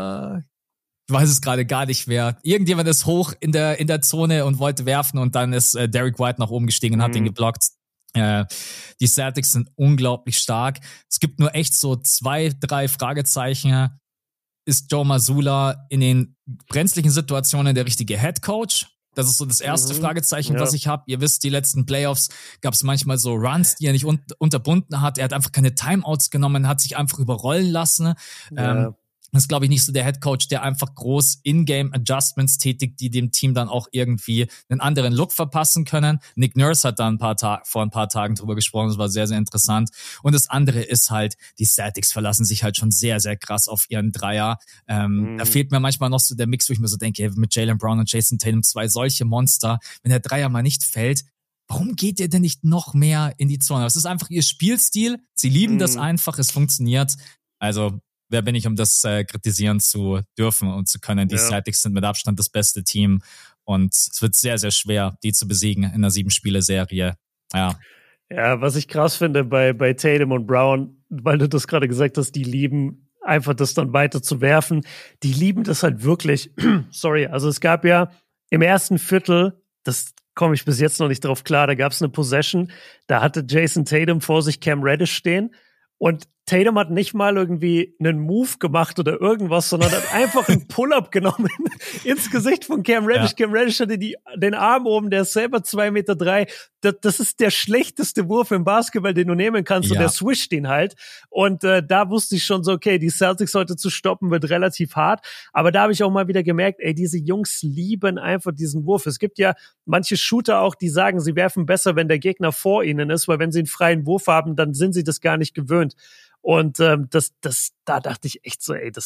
weiß es gerade gar nicht mehr. Irgendjemand ist hoch in der Zone und wollte werfen und dann ist Derrick White nach oben gestiegen und hat ihn geblockt. Die Celtics sind unglaublich stark. Es gibt nur echt so 2, 3 Fragezeichen. Ist Joe Mazzulla in den brenzlichen Situationen der richtige Head Coach? Das ist so das erste Fragezeichen, was ich habe. Ihr wisst, die letzten Playoffs gab es manchmal so Runs, die er nicht unterbunden hat. Er hat einfach keine Timeouts genommen, hat sich einfach überrollen lassen. Das ist, glaube ich, nicht so der Headcoach, der einfach groß In-Game-Adjustments tätigt, die dem Team dann auch irgendwie einen anderen Look verpassen können. Nick Nurse hat da vor ein paar Tagen drüber gesprochen, das war sehr, sehr interessant. Und das andere ist halt, die Celtics verlassen sich halt schon sehr, sehr krass auf ihren Dreier. Da fehlt mir manchmal noch so der Mix, wo ich mir so denke, mit Jaylen Brown und Jason Tatum 2 solche Monster, wenn der Dreier mal nicht fällt, warum geht ihr denn nicht noch mehr in die Zone? Das ist einfach ihr Spielstil, sie lieben das einfach, es funktioniert. Also wer bin ich, um das kritisieren zu dürfen und zu können? Die Celtics sind mit Abstand das beste Team und es wird sehr, sehr schwer, die zu besiegen in einer 7-Spiele-Serie. Ja, was ich krass finde bei Tatum und Brown, weil du das gerade gesagt hast, die lieben einfach das dann weiter zu werfen. Die lieben das halt wirklich. Sorry, also es gab ja im ersten Viertel, das komme ich bis jetzt noch nicht drauf klar, da gab es eine Possession, da hatte Jason Tatum vor sich Cam Reddish stehen und Tatum hat nicht mal irgendwie einen Move gemacht oder irgendwas, sondern hat einfach einen Pull-Up genommen ins Gesicht von Cam Reddish. Ja. Cam Reddish hatte den Arm oben, der ist selber 2,3 Meter. Das ist der schlechteste Wurf im Basketball, den du nehmen kannst, und der swischt ihn halt. Und da wusste ich schon so, okay, die Celtics heute zu stoppen wird relativ hart. Aber da habe ich auch mal wieder gemerkt, ey, diese Jungs lieben einfach diesen Wurf. Es gibt ja manche Shooter auch, die sagen, sie werfen besser, wenn der Gegner vor ihnen ist, weil wenn sie einen freien Wurf haben, dann sind sie das gar nicht gewöhnt. Und da dachte ich echt so, ey,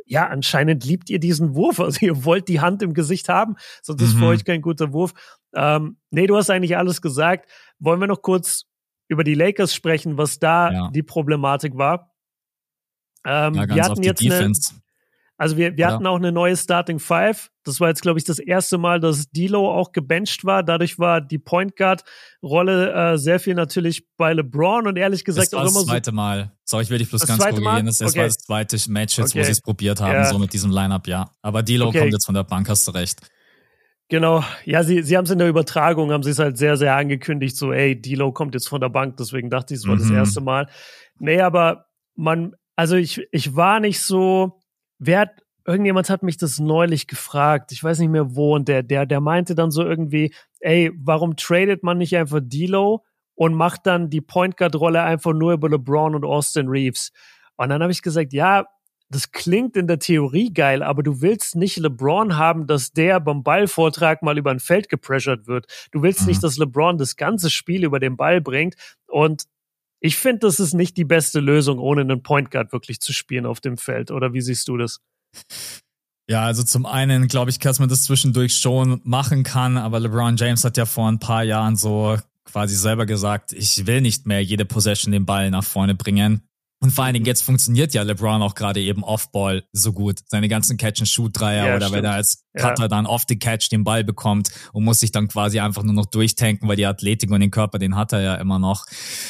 ja, anscheinend liebt ihr diesen Wurf. Also ihr wollt die Hand im Gesicht haben, sonst ist für euch kein guter Wurf. Nee, du hast eigentlich alles gesagt. Wollen wir noch kurz über die Lakers sprechen, was da die Problematik war? Wir hatten jetzt wir hatten auch eine neue Starting Five. Das war jetzt, glaube ich, das erste Mal, dass D'Lo auch gebencht war. Dadurch war die Point Guard Rolle sehr viel natürlich bei LeBron und ehrlich gesagt das war auch immer das zweite Mal. Sorry, ich will dich bloß ganz korrigieren. Das war das zweite Match jetzt, wo sie es probiert haben, so mit diesem Lineup, ja. Aber D'Lo kommt jetzt von der Bank, hast du recht. Genau, ja, sie haben es in der Übertragung, haben sie es halt sehr, sehr angekündigt, so, ey, D'Lo kommt jetzt von der Bank, deswegen dachte ich, es war das erste Mal. Nee, aber ich war nicht so, irgendjemand hat mich das neulich gefragt, ich weiß nicht mehr wo, und der meinte dann so irgendwie, ey, warum tradet man nicht einfach D'Lo und macht dann die Point Guard Rolle einfach nur über LeBron und Austin Reeves? Und dann habe ich gesagt, ja, das klingt in der Theorie geil, aber du willst nicht LeBron haben, dass der beim Ballvortrag mal über ein Feld gepressured wird. Du willst nicht, dass LeBron das ganze Spiel über den Ball bringt. Und ich finde, das ist nicht die beste Lösung, ohne einen Point Guard wirklich zu spielen auf dem Feld. Oder wie siehst du das? Ja, also zum einen glaube ich, dass man das zwischendurch schon machen kann, aber LeBron James hat ja vor ein paar Jahren so quasi selber gesagt, ich will nicht mehr jede Possession den Ball nach vorne bringen. Und vor allen Dingen jetzt funktioniert ja LeBron auch gerade eben Off-Ball so gut. Seine ganzen Catch-and-Shoot-Dreier oder wenn er als Cutter dann off the catch den Ball bekommt und muss sich dann quasi einfach nur noch durchtanken, weil die Athletik und den Körper, den hat er ja immer noch.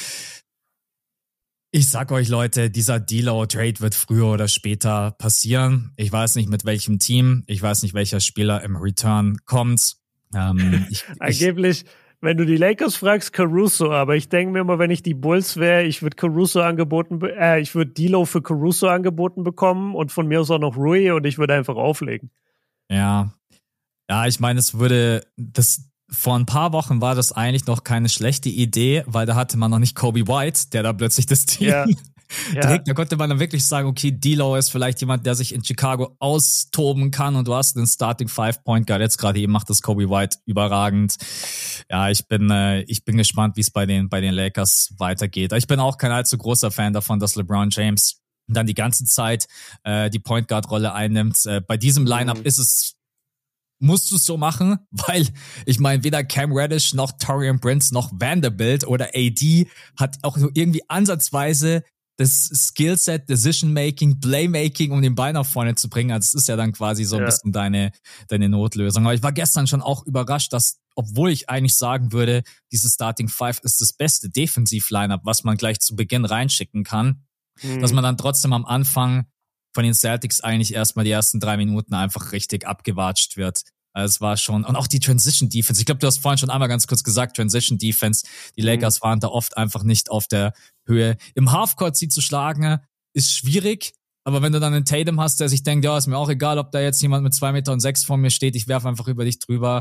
Ich sag euch, Leute, dieser D'Lo-Trade wird früher oder später passieren. Ich weiß nicht, mit welchem Team. Ich weiß nicht, welcher Spieler im Return kommt. Angeblich, wenn du die Lakers fragst, Caruso. Aber ich denke mir mal, wenn ich die Bulls wäre, ich würde D'Lo für Caruso angeboten bekommen und von mir aus auch noch Rui und ich würde einfach auflegen. Ja, ich meine, vor ein paar Wochen war das eigentlich noch keine schlechte Idee, weil da hatte man noch nicht Kobe White, der da plötzlich das Team trägt. Da konnte man dann wirklich sagen, okay, D'Lo ist vielleicht jemand, der sich in Chicago austoben kann und du hast einen Starting Five Point Guard. Jetzt gerade eben macht das Kobe White überragend. Ja, ich bin gespannt, wie es bei den Lakers weitergeht. Ich bin auch kein allzu großer Fan davon, dass LeBron James dann die ganze Zeit die Point Guard Rolle einnimmt. Bei diesem Lineup musst du es so machen, weil ich meine, weder Cam Reddish noch Taurean Prince noch Vanderbilt oder AD hat auch nur irgendwie ansatzweise das Skillset, Decision-Making, Playmaking, um den Ball nach vorne zu bringen. Also es ist ja dann quasi so ein bisschen deine Notlösung. Aber ich war gestern schon auch überrascht, dass, obwohl ich eigentlich sagen würde, diese Starting Five ist das beste Defensiv-Lineup, was man gleich zu Beginn reinschicken kann, dass man dann trotzdem am Anfang von den Celtics eigentlich erstmal die ersten 3 Minuten einfach richtig abgewatscht wird. Also es war schon, und auch die Transition Defense. Ich glaube, du hast vorhin schon einmal ganz kurz gesagt, Transition Defense. Die Lakers waren da oft einfach nicht auf der Höhe. Im Halfcourt sie zu schlagen, ist schwierig. Aber wenn du dann einen Tatum hast, der sich denkt, ja, ist mir auch egal, ob da jetzt jemand mit 2,6 Meter vor mir steht, ich werfe einfach über dich drüber.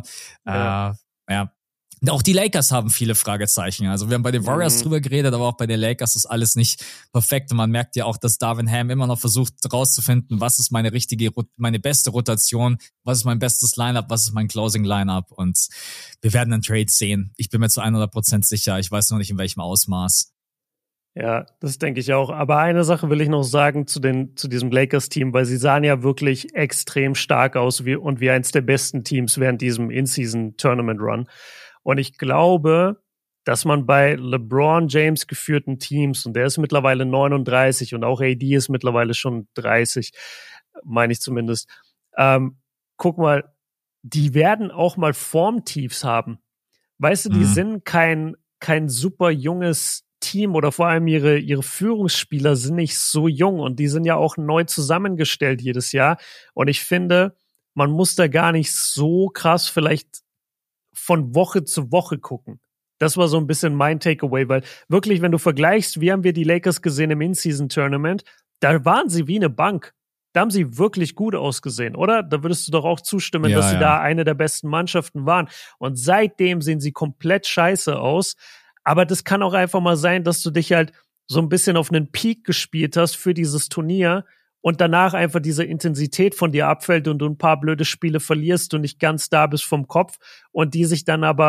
Auch die Lakers haben viele Fragezeichen. Also wir haben bei den Warriors drüber geredet, aber auch bei den Lakers ist alles nicht perfekt. Und man merkt ja auch, dass Darvin Ham immer noch versucht rauszufinden, was ist meine beste Rotation, was ist mein bestes Lineup, was ist mein Closing Lineup. Und wir werden einen Trade sehen. Ich bin mir zu 100% sicher. Ich weiß noch nicht, in welchem Ausmaß. Ja, das denke ich auch. Aber eine Sache will ich noch sagen zu diesem Lakers-Team, weil sie sahen ja wirklich extrem stark aus wie eins der besten Teams während diesem In-Season-Tournament-Run. Und ich glaube, dass man bei LeBron James geführten Teams, und der ist mittlerweile 39 und auch AD ist mittlerweile schon 30, meine ich zumindest, guck mal, die werden auch mal Formtiefs haben. Weißt du, die sind kein super junges Team oder vor allem ihre Führungsspieler sind nicht so jung und die sind ja auch neu zusammengestellt jedes Jahr. Und ich finde, man muss da gar nicht so krass vielleicht von Woche zu Woche gucken. Das war so ein bisschen mein Takeaway, weil wirklich, wenn du vergleichst, wie haben wir die Lakers gesehen im In-Season-Tournament, da waren sie wie eine Bank. Da haben sie wirklich gut ausgesehen, oder? Da würdest du doch auch zustimmen, dass sie da eine der besten Mannschaften waren. Und seitdem sehen sie komplett scheiße aus. Aber das kann auch einfach mal sein, dass du dich halt so ein bisschen auf einen Peak gespielt hast für dieses Turnier und danach einfach diese Intensität von dir abfällt und du ein paar blöde Spiele verlierst und nicht ganz da bist vom Kopf und die sich dann aber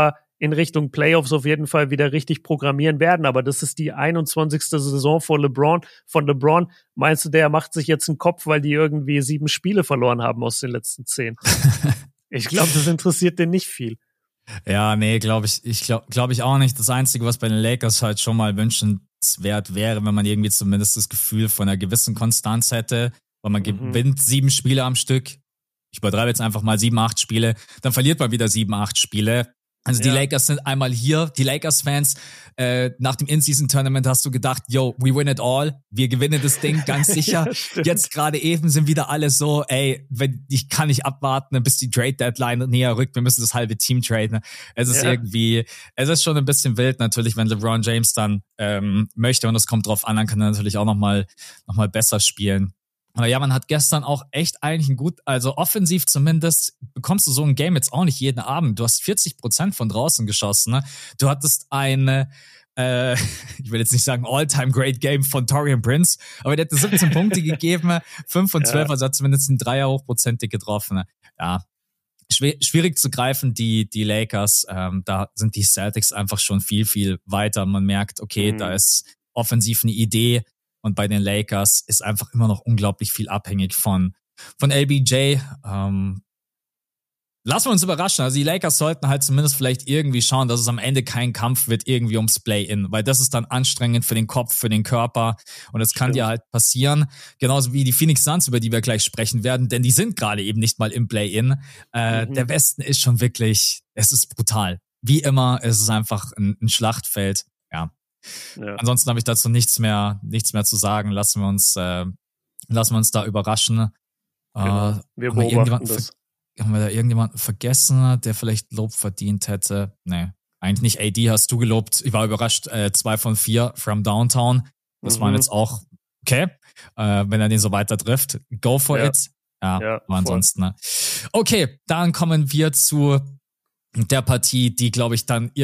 in Richtung Playoffs auf jeden Fall wieder richtig programmieren werden. Aber das ist die 21. Saison von LeBron. Meinst du, der macht sich jetzt einen Kopf, weil die irgendwie 7 Spiele verloren haben aus den letzten 10? Ich glaube, das interessiert den nicht viel. Ja, nee, glaube ich auch nicht. Das Einzige, was bei den Lakers halt schon mal wünschenswert wäre, wenn man irgendwie zumindest das Gefühl von einer gewissen Konstanz hätte, weil man gewinnt 7 Spiele am Stück. Ich übertreibe jetzt einfach mal 7, 8 Spiele, dann verliert man wieder 7, 8 Spiele. Also die Lakers sind einmal hier, die Lakers-Fans, nach dem In-Season-Tournament hast du gedacht, yo, we win it all, wir gewinnen das Ding ganz sicher. Jetzt gerade eben sind wieder alle so, ey, ich kann nicht abwarten, bis die Trade-Deadline näher rückt, wir müssen das halbe Team traden. Es ist es ist schon ein bisschen wild natürlich, wenn LeBron James dann möchte und es kommt drauf an, dann kann er natürlich auch noch mal besser spielen. Aber ja, man hat gestern auch echt eigentlich also offensiv zumindest, bekommst du so ein Game jetzt auch nicht jeden Abend. Du hast 40% von draußen geschossen, ne? Du hattest eine, ich will jetzt nicht sagen All-Time-Great-Game von Taurean Prince, aber der hatte 17 Punkte gegeben, 5 von 12, also hat zumindest einen Dreier hochprozentig getroffen. Ne? Ja, schwierig zu greifen, die Lakers, da sind die Celtics einfach schon viel, viel weiter. Man merkt, okay, da ist offensiv eine Idee. Und bei den Lakers ist einfach immer noch unglaublich viel abhängig von LBJ. Lassen wir uns überraschen. Also die Lakers sollten halt zumindest vielleicht irgendwie schauen, dass es am Ende kein Kampf wird irgendwie ums Play-In, weil das ist dann anstrengend für den Kopf, für den Körper und das kann dir halt passieren. Genauso wie die Phoenix Suns, über die wir gleich sprechen werden, denn die sind gerade eben nicht mal im Play-In. Der Westen ist schon wirklich, es ist brutal. Wie immer, es ist einfach ein Schlachtfeld. Ja. Ansonsten habe ich dazu nichts mehr zu sagen. Lassen wir uns da überraschen. Genau. Wir beobachten das. Haben wir da irgendjemanden vergessen, der vielleicht Lob verdient hätte? Nee, eigentlich nicht. AD hast du gelobt. Ich war überrascht. 2 von 4 from Downtown. Das waren jetzt auch okay. Wenn er den so weiter trifft, go for it. Ja, aber ansonsten. Ne. Okay, dann kommen wir zu der Partie, die, glaube ich, dann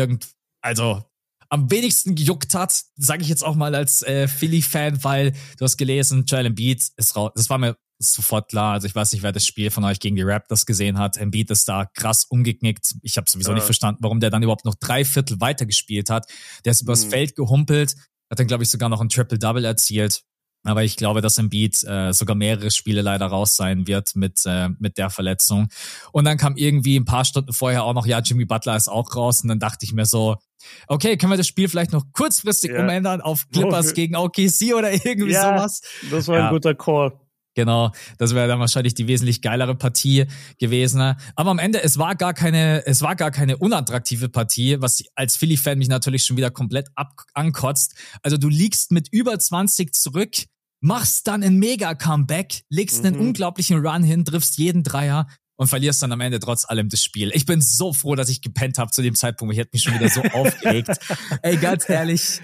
am wenigsten gejuckt hat, sage ich jetzt auch mal als Philly-Fan, weil du hast gelesen, Joel Embiid ist raus. Das war mir sofort klar. Also ich weiß nicht, wer das Spiel von euch gegen die Raptors gesehen hat. Embiid ist da krass umgeknickt. Ich habe sowieso nicht verstanden, warum der dann überhaupt noch 3/4 weitergespielt hat. Der ist übers Feld gehumpelt, hat dann, glaube ich, sogar noch ein Triple-Double erzielt. Aber ich glaube, dass Embiid sogar mehrere Spiele leider raus sein wird mit der Verletzung. Und dann kam irgendwie ein paar Stunden vorher auch noch, Jimmy Butler ist auch raus. Und dann dachte ich mir so, okay, können wir das Spiel vielleicht noch kurzfristig umändern auf Clippers gegen OKC oder irgendwie sowas? Das war ein guter Call. Genau, das wäre dann wahrscheinlich die wesentlich geilere Partie gewesen. Aber am Ende, es war gar keine unattraktive Partie, was als Philly-Fan mich natürlich schon wieder komplett ankotzt. Also du liegst mit über 20 zurück, machst dann ein Mega-Comeback, legst einen unglaublichen Run hin, triffst jeden Dreier und verlierst dann am Ende trotz allem das Spiel. Ich bin so froh, dass ich gepennt habe zu dem Zeitpunkt. Ich hätte mich schon wieder so aufgeregt. Ey, ganz ehrlich.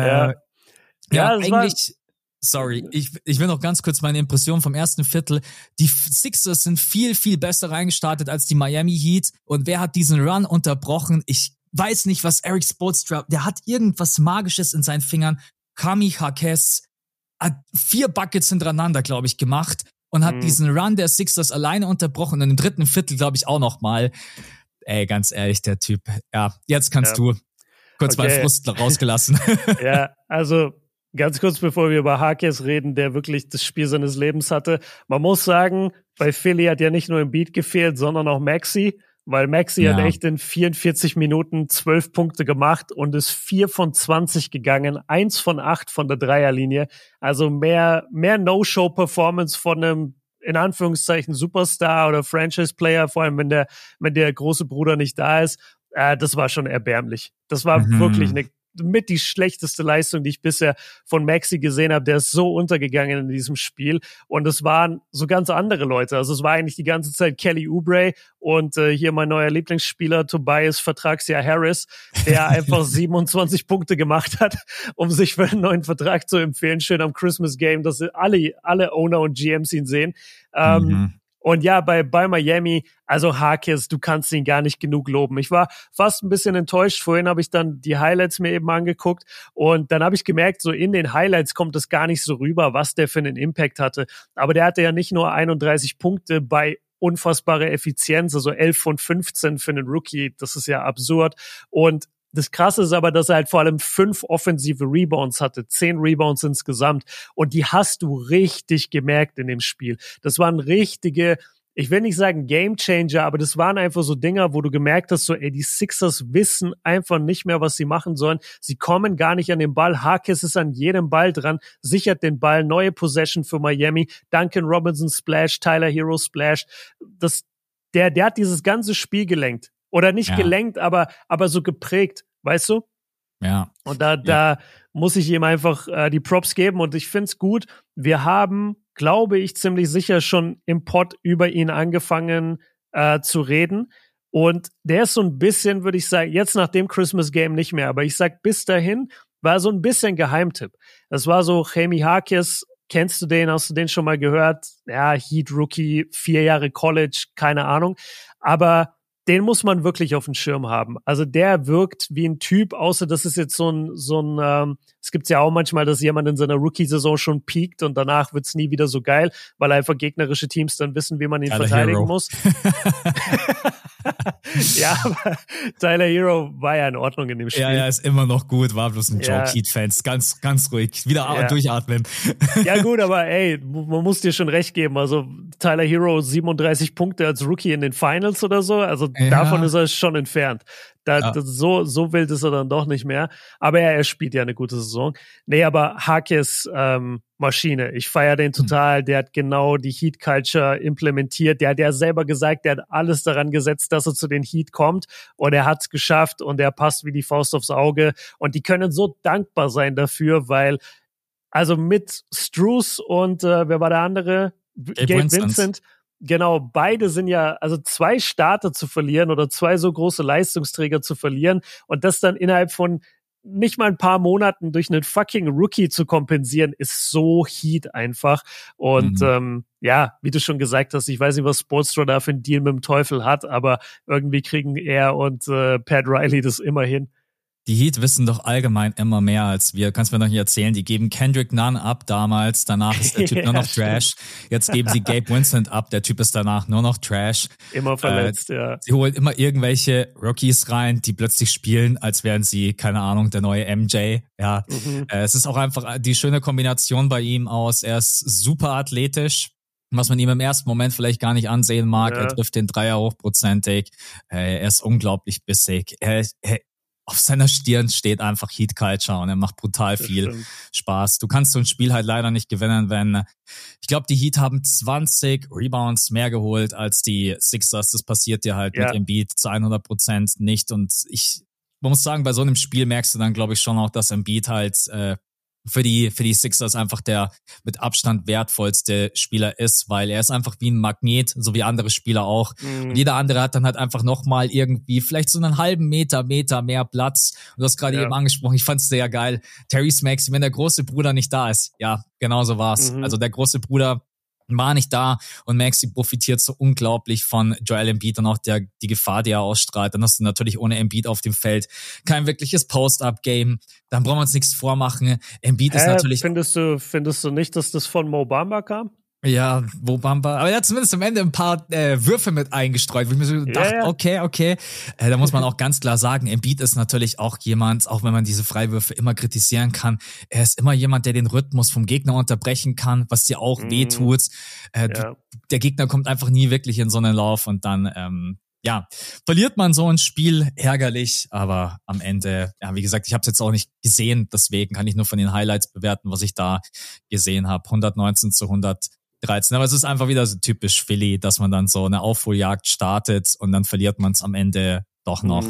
Eigentlich... Sorry, ich will noch ganz kurz meine Impression vom ersten Viertel. Die Sixers sind viel, viel besser reingestartet als die Miami Heat. Und wer hat diesen Run unterbrochen? Ich weiß nicht, was Eric Spoelstra, der hat irgendwas Magisches in seinen Fingern. Kami Harkes hat 4 Buckets hintereinander, glaube ich, gemacht und hat diesen Run der Sixers alleine unterbrochen. Und im dritten Viertel, glaube ich, auch noch mal. Ey, ganz ehrlich, der Typ. Ja, jetzt kannst du kurz mal Frust rausgelassen. Ja, also ganz kurz, bevor wir über Harkes reden, der wirklich das Spiel seines Lebens hatte. Man muss sagen, bei Philly hat ja nicht nur Embiid gefehlt, sondern auch Maxey, weil Maxey hat echt in 44 Minuten 12 Punkte gemacht und ist 4 von 20 gegangen, 1 von 8 von der Dreierlinie. Also mehr No-Show-Performance von einem, in Anführungszeichen, Superstar oder Franchise-Player, vor allem wenn der große Bruder nicht da ist. Das war schon erbärmlich. Das war wirklich mit die schlechteste Leistung, die ich bisher von Maxey gesehen habe. Der ist so untergegangen in diesem Spiel. Und es waren so ganz andere Leute. Also es war eigentlich die ganze Zeit Kelly Oubre und hier mein neuer Lieblingsspieler Tobias Vertragsjahr Harris, der einfach 27 Punkte gemacht hat, um sich für einen neuen Vertrag zu empfehlen. Schön am Christmas Game, dass alle Owner und GMs ihn sehen. Und ja, bei Miami, also Harkes, du kannst ihn gar nicht genug loben. Ich war fast ein bisschen enttäuscht. Vorhin habe ich dann die Highlights mir eben angeguckt und dann habe ich gemerkt, so in den Highlights kommt es gar nicht so rüber, was der für einen Impact hatte. Aber der hatte ja nicht nur 31 Punkte bei unfassbare Effizienz, also 11 von 15 für einen Rookie, das ist ja absurd. Und das Krasse ist aber, dass er halt vor allem 5 offensive Rebounds hatte, 10 Rebounds insgesamt. Und die hast du richtig gemerkt in dem Spiel. Das waren richtige, ich will nicht sagen Gamechanger, aber das waren einfach so Dinger, wo du gemerkt hast, so, ey, die Sixers wissen einfach nicht mehr, was sie machen sollen. Sie kommen gar nicht an den Ball. Harkes ist an jedem Ball dran, sichert den Ball, neue Possession für Miami. Duncan Robinson Splash, Tyler Hero Splash. Der hat dieses ganze Spiel gelenkt. Oder nicht gelenkt, aber so geprägt, weißt du? Ja. Und da muss ich ihm einfach die Props geben und ich find's gut. Wir haben, glaube ich, ziemlich sicher schon im Pod über ihn angefangen zu reden. Und der ist so ein bisschen, würde ich sagen, jetzt nach dem Christmas Game nicht mehr, aber ich sag, bis dahin war so ein bisschen Geheimtipp. Das war so, Jaime Harkes, kennst du den, hast du den schon mal gehört? Ja, Heat Rookie, 4 Jahre College, keine Ahnung. Aber den muss man wirklich auf dem Schirm haben. Also der wirkt wie ein Typ, außer das ist jetzt so ein es gibt's ja auch manchmal, dass jemand in seiner Rookie-Saison schon peakt und danach wird's nie wieder so geil, weil einfach gegnerische Teams dann wissen, wie man ihn Tyler verteidigen Hero muss. Ja, aber Tyler Hero war ja in Ordnung in dem Spiel. Ja, ist immer noch gut, war bloß ein Joke. Heat-Fans, ganz, ganz ruhig. Wieder durchatmen. Ja gut, aber ey, man muss dir schon recht geben. Also Tyler Hero 37 Punkte als Rookie in den Finals oder so. Also davon ist er schon entfernt. So wild ist er dann doch nicht mehr. Aber er spielt ja eine gute Saison. Nee, aber Harkes Maschine. Ich feiere den total. Der hat genau die Heat-Culture implementiert. Der hat ja selber gesagt, der hat alles daran gesetzt, dass er zu den Heat kommt. Und er hat's geschafft und er passt wie die Faust aufs Auge. Und die können so dankbar sein dafür, weil also mit Strus und wer war der andere? Gabe Vincent. Genau, beide sind ja, also 2 Starter zu verlieren oder 2 so große Leistungsträger zu verlieren und das dann innerhalb von nicht mal ein paar Monaten durch einen fucking Rookie zu kompensieren, ist so Heat einfach. Und wie du schon gesagt hast, ich weiß nicht, was Spoelstra da für einen Deal mit dem Teufel hat, aber irgendwie kriegen er und Pat Riley das immer hin. Die Heat wissen doch allgemein immer mehr als wir. Kannst du mir noch nicht erzählen. Die geben Kendrick Nunn ab damals. Danach ist der Typ nur noch Trash. Jetzt geben sie Gabe Vincent ab. Der Typ ist danach nur noch Trash. Immer verletzt, ja. Sie holen immer irgendwelche Rookies rein, die plötzlich spielen, als wären sie, keine Ahnung, der neue MJ. Ja, es ist auch einfach die schöne Kombination bei ihm aus. Er ist super athletisch, was man ihm im ersten Moment vielleicht gar nicht ansehen mag. Ja. Er trifft den Dreier hochprozentig. Er ist unglaublich bissig. Auf seiner Stirn steht einfach Heat Culture und er macht brutal viel Spaß. Du kannst so ein Spiel halt leider nicht gewinnen, wenn, ich glaube, die Heat haben 20 Rebounds mehr geholt als die Sixers. Das passiert dir halt mit Embiid zu 100% nicht. Und man muss sagen, bei so einem Spiel merkst du dann, glaube ich, schon auch, dass Embiid halt für die Sixers einfach der mit Abstand wertvollste Spieler ist, weil er ist einfach wie ein Magnet, so wie andere Spieler auch. Und jeder andere hat dann halt einfach nochmal irgendwie vielleicht so einen halben Meter mehr Platz. Und du hast gerade eben angesprochen, ich fand's sehr geil. Tyrese Maxey, wenn der große Bruder nicht da ist. Ja, genau so war's. Also der große Bruder war nicht da und Maxey profitiert so unglaublich von Joel Embiid und auch die Gefahr, die er ausstrahlt. Dann hast du natürlich ohne Embiid auf dem Feld kein wirkliches Post-Up-Game. Dann brauchen wir uns nichts vormachen. Embiid ist natürlich... Findest du nicht, dass das von Mo Bamba kam? Ja, Mo Bamba. Aber er hat zumindest am Ende ein paar Würfe mit eingestreut, wo ich mir so dachte, okay. Da muss man auch ganz klar sagen, Embiid ist natürlich auch jemand, auch wenn man diese Freiwürfe immer kritisieren kann, er ist immer jemand, der den Rhythmus vom Gegner unterbrechen kann, was dir auch wehtut. Der Gegner kommt einfach nie wirklich in so einen Lauf und dann verliert man so ein Spiel, ärgerlich, aber am Ende, wie gesagt, ich habe es jetzt auch nicht gesehen, deswegen kann ich nur von den Highlights bewerten, was ich da gesehen habe. 119-113, aber es ist einfach wieder so typisch Philly, dass man dann so eine Aufholjagd startet und dann verliert man es am Ende doch noch,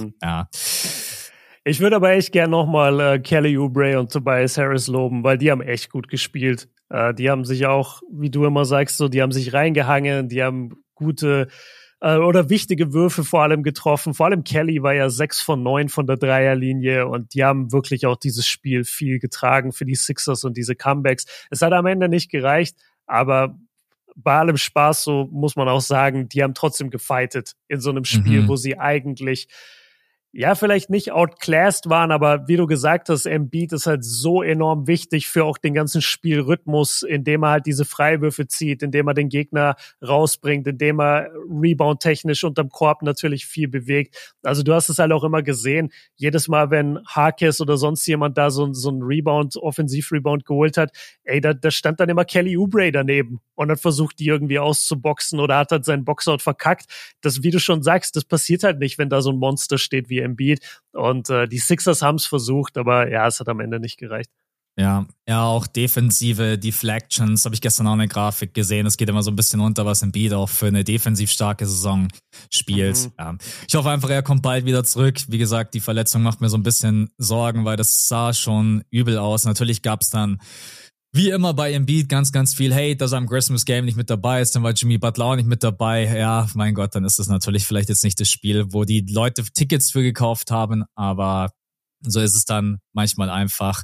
Ich würde aber echt gern nochmal Kelly Oubre und Tobias Harris loben, weil die haben echt gut gespielt. Die haben sich auch, wie du immer sagst, die haben sich reingehangen, die haben gute oder wichtige Würfe vor allem getroffen. Vor allem Kelly war ja 6 von 9 von der Dreierlinie und die haben wirklich auch dieses Spiel viel getragen für die Sixers und diese Comebacks. Es hat am Ende nicht gereicht, aber bei allem Spaß, so muss man auch sagen, die haben trotzdem gefightet in so einem Spiel, wo sie eigentlich ja, vielleicht nicht outclassed waren, aber wie du gesagt hast, Embiid ist halt so enorm wichtig für auch den ganzen Spielrhythmus, indem er halt diese Freiwürfe zieht, indem er den Gegner rausbringt, indem er rebound-technisch unterm Korb natürlich viel bewegt. Also du hast es halt auch immer gesehen, jedes Mal, wenn Harkes oder sonst jemand da so ein Rebound, Offensiv-Rebound geholt hat, ey, da stand dann immer Kelly Oubre daneben und hat versucht, die irgendwie auszuboxen oder hat halt seinen Boxout verkackt. Das, wie du schon sagst, das passiert halt nicht, wenn da so ein Monster steht wie Embiid. Und die Sixers haben es versucht, aber ja, es hat am Ende nicht gereicht. Ja, auch defensive Deflections, habe ich gestern auch eine Grafik gesehen. Es geht immer so ein bisschen unter, was Embiid auch für eine defensiv starke Saison spielt. Ja. Ich hoffe einfach, er kommt bald wieder zurück. Wie gesagt, die Verletzung macht mir so ein bisschen Sorgen, weil das sah schon übel aus. Natürlich gab es dann wie immer bei Embiid ganz, ganz viel Hate, dass er im Christmas Game nicht mit dabei ist, dann war Jimmy Butler auch nicht mit dabei. Ja, mein Gott, dann ist das natürlich vielleicht jetzt nicht das Spiel, wo die Leute Tickets für gekauft haben, aber so ist es dann manchmal einfach.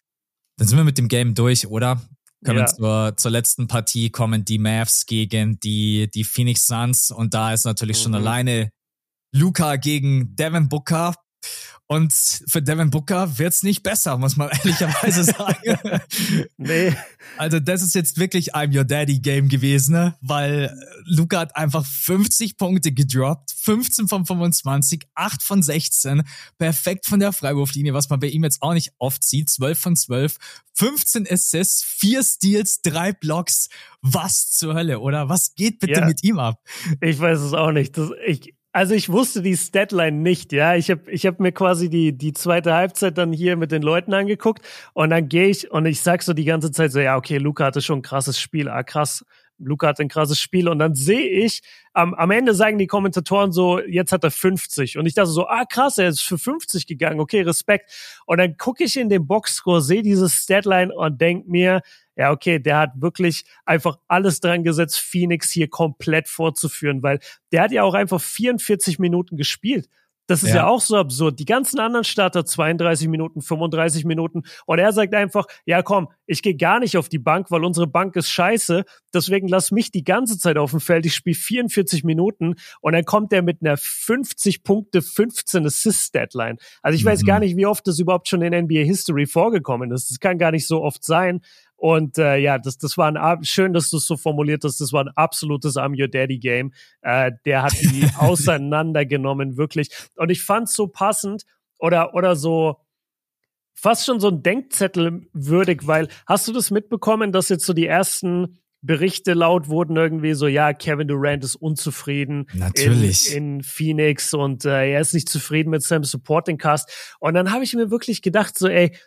Dann sind wir mit dem Game durch, oder? Können wir zur letzten Partie kommen, die Mavs gegen die Phoenix Suns, und da ist natürlich schon alleine Luka gegen Devin Booker. Und für Devin Booker wird's nicht besser, muss man ehrlicherweise sagen. Nee. Also das ist jetzt wirklich I'm Your Daddy Game gewesen, ne? Weil Luka hat einfach 50 Punkte gedroppt, 15 von 25, 8 von 16, perfekt von der Freiwurflinie, was man bei ihm jetzt auch nicht oft sieht, 12 von 12, 15 Assists, 4 Steals, 3 Blocks. Was zur Hölle, oder? Was geht bitte mit ihm ab? Ich weiß es auch nicht. Also ich wusste die Statline nicht, ja. Ich hab mir quasi die zweite Halbzeit dann hier mit den Leuten angeguckt und dann gehe ich und ich sag so die ganze Zeit so, ja, okay, Luka hatte schon ein krasses Spiel, krass. Luka hat ein krasses Spiel und dann sehe ich, am Ende sagen die Kommentatoren so, jetzt hat er 50 und ich dachte so, krass, er ist für 50 gegangen, okay, Respekt. Und dann gucke ich in den Boxscore, sehe dieses Statline und denk mir, ja, okay, der hat wirklich einfach alles dran gesetzt, Phoenix hier komplett vorzuführen, weil der hat ja auch einfach 44 Minuten gespielt. Das ist ja auch so absurd. Die ganzen anderen Starter 32 Minuten, 35 Minuten und er sagt einfach, ja komm, ich gehe gar nicht auf die Bank, weil unsere Bank ist scheiße, deswegen lass mich die ganze Zeit auf dem Feld, ich spiele 44 Minuten und dann kommt er mit einer 50 Punkte, 15 Assist-Deadline. Also ich weiß gar nicht, wie oft das überhaupt schon in NBA History vorgekommen ist. Das kann gar nicht so oft sein. Und das war schön, dass du es so formuliert hast, das war ein absolutes I'm Your Daddy Game. Der hat die auseinandergenommen, wirklich. Und ich fand's so passend oder so fast schon so ein Denkzettel würdig, weil hast du das mitbekommen, dass jetzt so die ersten Berichte laut wurden irgendwie so, ja, Kevin Durant ist unzufrieden in Phoenix und er ist nicht zufrieden mit seinem Supporting Cast. Und dann habe ich mir wirklich gedacht, so, ey,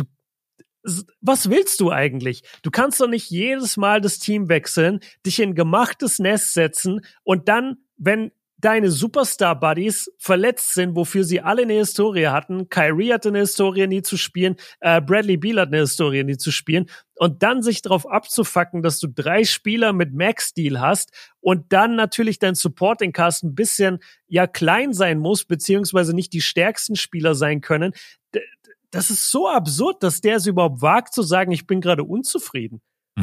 was willst du eigentlich? Du kannst doch nicht jedes Mal das Team wechseln, dich in gemachtes Nest setzen und dann, wenn deine Superstar-Buddies verletzt sind, wofür sie alle eine Historie hatten, Kyrie hatte eine Historie, nie zu spielen, Bradley Beal hat eine Historie, nie zu spielen, und dann sich darauf abzufacken, dass du 3 Spieler mit Max-Deal hast und dann natürlich dein Supporting-Cast ein bisschen klein sein muss, beziehungsweise nicht die stärksten Spieler sein können. Das ist so absurd, dass der es überhaupt wagt zu sagen, ich bin gerade unzufrieden.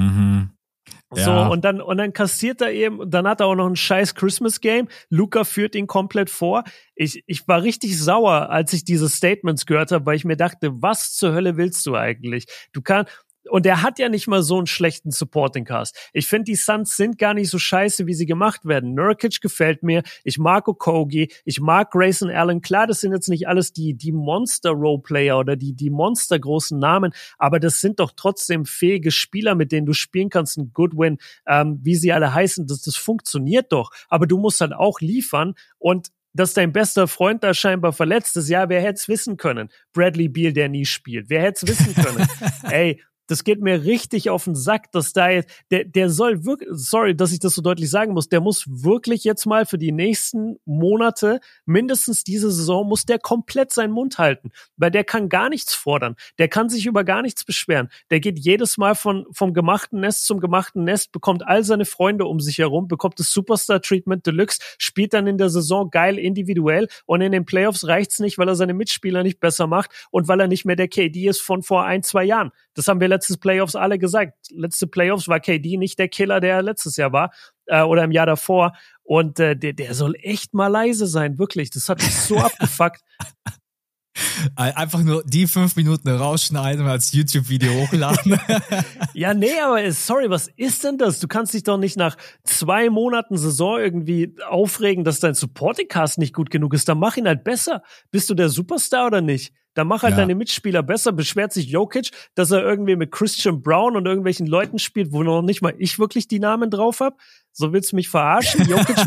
So, und dann kassiert er eben, dann hat er auch noch ein scheiß Christmas Game. Luka führt ihn komplett vor. Ich war richtig sauer, als ich diese Statements gehört habe, weil ich mir dachte, was zur Hölle willst du eigentlich? Und er hat ja nicht mal so einen schlechten Supporting Cast. Ich finde, die Suns sind gar nicht so scheiße, wie sie gemacht werden. Nurkic gefällt mir. Ich mag Okogie. Ich mag Grayson Allen. Klar, das sind jetzt nicht alles die Monster-Roleplayer oder die Monster-großen Namen, aber das sind doch trotzdem fähige Spieler, mit denen du spielen kannst. Ein Goodwin, wie sie alle heißen, das funktioniert doch. Aber du musst halt auch liefern und dass dein bester Freund da scheinbar verletzt ist, ja, wer hätte es wissen können? Bradley Beal, der nie spielt. Wer hätte es wissen können? Ey, das geht mir richtig auf den Sack, dass da jetzt, der soll wirklich, sorry, dass ich das so deutlich sagen muss, der muss wirklich jetzt mal für die nächsten Monate, mindestens diese Saison, muss der komplett seinen Mund halten, weil der kann gar nichts fordern, der kann sich über gar nichts beschweren, der geht jedes Mal vom gemachten Nest zum gemachten Nest, bekommt all seine Freunde um sich herum, bekommt das Superstar-Treatment Deluxe, spielt dann in der Saison geil individuell und in den Playoffs reicht's nicht, weil er seine Mitspieler nicht besser macht und weil er nicht mehr der KD ist von vor 1-2 Jahren. Das haben wir letztes Playoffs alle gesagt. Letzte Playoffs war KD nicht der Killer, der letztes Jahr war oder im Jahr davor. Und der soll echt mal leise sein, wirklich. Das hat mich so abgefuckt. Einfach nur die 5 Minuten rausschneiden und als YouTube-Video hochladen. Ja, nee, aber sorry, was ist denn das? Du kannst dich doch nicht nach 2 Monaten Saison irgendwie aufregen, dass dein Supporting-Cast nicht gut genug ist. Dann mach ihn halt besser. Bist du der Superstar oder nicht? Dann mach halt deine Mitspieler besser. Beschwert sich Jokic, dass er irgendwie mit Christian Brown und irgendwelchen Leuten spielt, wo noch nicht mal ich wirklich die Namen drauf hab. So willst du mich verarschen? Jokic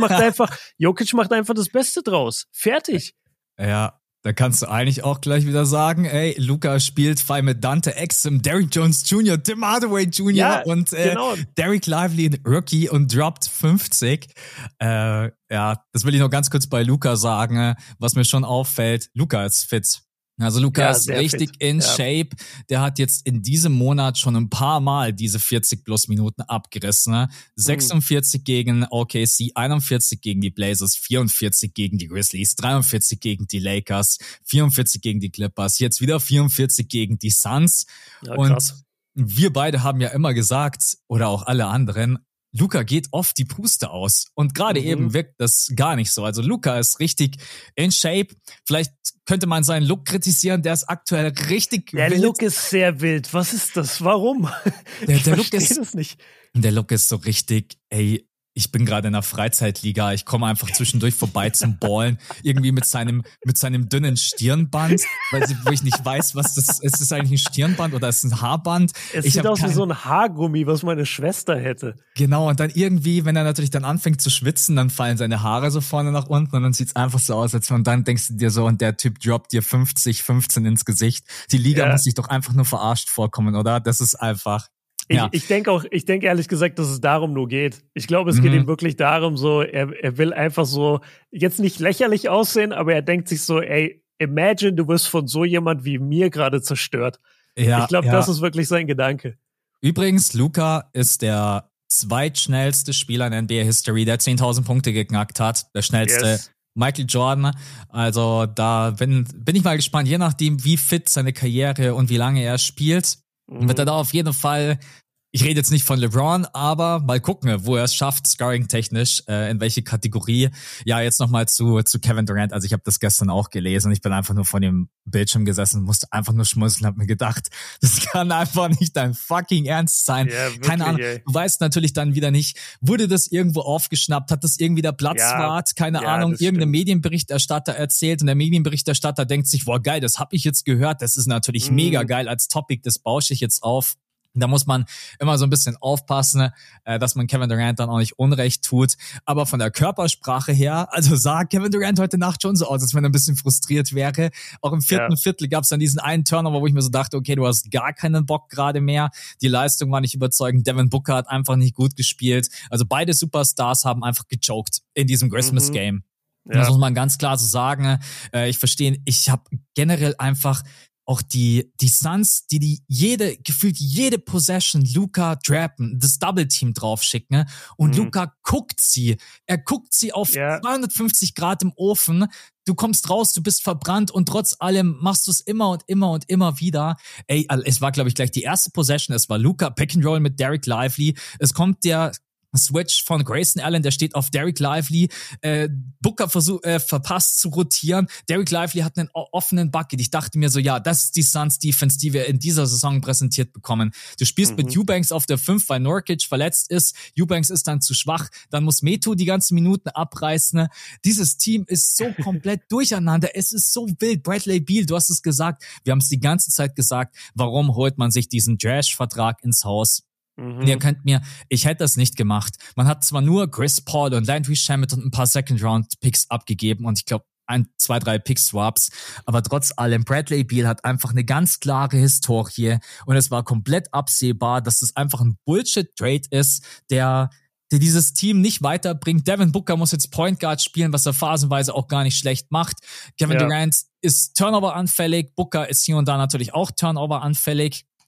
macht einfach das Beste draus. Fertig. Ja. Da kannst du eigentlich auch gleich wieder sagen, ey, Luka spielt vor allem mit Dante Exum, Derrick Jones Jr., Tim Hardaway Jr. und genau. Derek Lively, Rookie und droppt 50. Das will ich noch ganz kurz bei Luka sagen, was mir schon auffällt. Luka ist fit. Also Luka ist richtig fit. In Shape. Der hat jetzt in diesem Monat schon ein paar Mal diese 40 plus Minuten abgerissen. Ne? 46 gegen OKC, 41 gegen die Blazers, 44 gegen die Grizzlies, 43 gegen die Lakers, 44 gegen die Clippers, jetzt wieder 44 gegen die Suns. Ja, und wir beide haben ja immer gesagt, oder auch alle anderen, Luka geht oft die Puste aus. Und gerade eben wirkt das gar nicht so. Also Luka ist richtig in Shape. Vielleicht könnte man seinen Look kritisieren. Der ist aktuell richtig wild. Der Look ist sehr wild. Was ist das? Warum? Der Look ist das nicht. Der Look ist so richtig, ey, ich bin gerade in einer Freizeitliga, ich komme einfach zwischendurch vorbei zum Ballen, irgendwie mit seinem dünnen Stirnband, wo ich nicht weiß, was das ist. Ist es eigentlich ein Stirnband oder ist es ein Haarband? Es sieht aus wie so ein Haargummi, was meine Schwester hätte. Genau, und dann irgendwie, wenn er natürlich dann anfängt zu schwitzen, dann fallen seine Haare so vorne nach unten und dann sieht's einfach so aus, und dann denkst du dir so, und der Typ droppt dir 50-15 ins Gesicht. Die Liga muss sich doch einfach nur verarscht vorkommen, oder? Das ist einfach... Ja. Ich denke ehrlich gesagt, dass es darum nur geht. Ich glaube, es geht ihm wirklich darum, so, er will einfach so, jetzt nicht lächerlich aussehen, aber er denkt sich so, ey, imagine, du wirst von so jemand wie mir gerade zerstört. Ja, ich glaube, das ist wirklich sein Gedanke. Übrigens, Luka ist der zweitschnellste Spieler in NBA-History, der 10.000 Punkte geknackt hat. Der schnellste Michael Jordan. Also da bin ich mal gespannt, je nachdem, wie fit seine Karriere und wie lange er spielt. Wird er da auf jeden Fall, ich rede jetzt nicht von LeBron, aber mal gucken, wo er es schafft, scoring-technisch, in welche Kategorie. Ja, jetzt nochmal zu Kevin Durant. Also ich habe das gestern auch gelesen. Ich bin einfach nur vor dem Bildschirm gesessen, musste einfach nur schmunzeln, hab mir gedacht, das kann einfach nicht dein fucking Ernst sein. Ja, wirklich, keine Ahnung. Ey. Du weißt natürlich dann wieder nicht, wurde das irgendwo aufgeschnappt? Hat das irgendwie der Platzwart? Keine Ahnung. Irgendein Medienberichterstatter erzählt und der Medienberichterstatter denkt sich, boah geil, das hab ich jetzt gehört. Das ist natürlich mega geil als Topic, das bausche ich jetzt auf. Da muss man immer so ein bisschen aufpassen, dass man Kevin Durant dann auch nicht Unrecht tut. Aber von der Körpersprache her, also sah Kevin Durant heute Nacht schon so aus, als wenn er ein bisschen frustriert wäre. Auch im vierten Viertel gab es dann diesen einen Turnover, wo ich mir so dachte, okay, du hast gar keinen Bock gerade mehr. Die Leistung war nicht überzeugend. Devin Booker hat einfach nicht gut gespielt. Also beide Superstars haben einfach gechoked in diesem Christmas Game. Ja. Das muss man ganz klar so sagen. Ich verstehe, ich habe generell einfach auch die Suns, die gefühlt jede Possession Luka trappen, das Double Team draufschicken, ne? Und Luka guckt sie. Er guckt sie auf 250 Grad im Ofen. Du kommst raus, du bist verbrannt und trotz allem machst du es immer und immer und immer wieder. Ey, es war, glaube ich, gleich die erste Possession. Es war Luka Pick and Roll mit Derek Lively. Es kommt der Switch von Grayson Allen, der steht auf Derek Lively. Booker verpasst zu rotieren. Derek Lively hat einen offenen Bucket. Ich dachte mir so, ja, das ist die Suns Defense, die wir in dieser Saison präsentiert bekommen. Du spielst mit Eubanks auf der 5, weil Nurkic verletzt ist. Eubanks ist dann zu schwach. Dann muss Meto die ganzen Minuten abreißen. Dieses Team ist so komplett durcheinander. Es ist so wild. Bradley Beal, du hast es gesagt. Wir haben es die ganze Zeit gesagt. Warum holt man sich diesen Trash-Vertrag ins Haus? Und ihr könnt ich hätte das nicht gemacht. Man hat zwar nur Chris Paul und Landry Shamet und ein paar Second-Round-Picks abgegeben und ich glaube 1, 2, 3 Pick-Swaps, aber trotz allem, Bradley Beal hat einfach eine ganz klare Historie und es war komplett absehbar, dass es einfach ein Bullshit-Trade ist, der dieses Team nicht weiterbringt. Devin Booker muss jetzt Point Guard spielen, was er phasenweise auch gar nicht schlecht macht. Kevin Durant ist Turnover-anfällig, Booker ist hier und da natürlich auch Turnover-anfällig.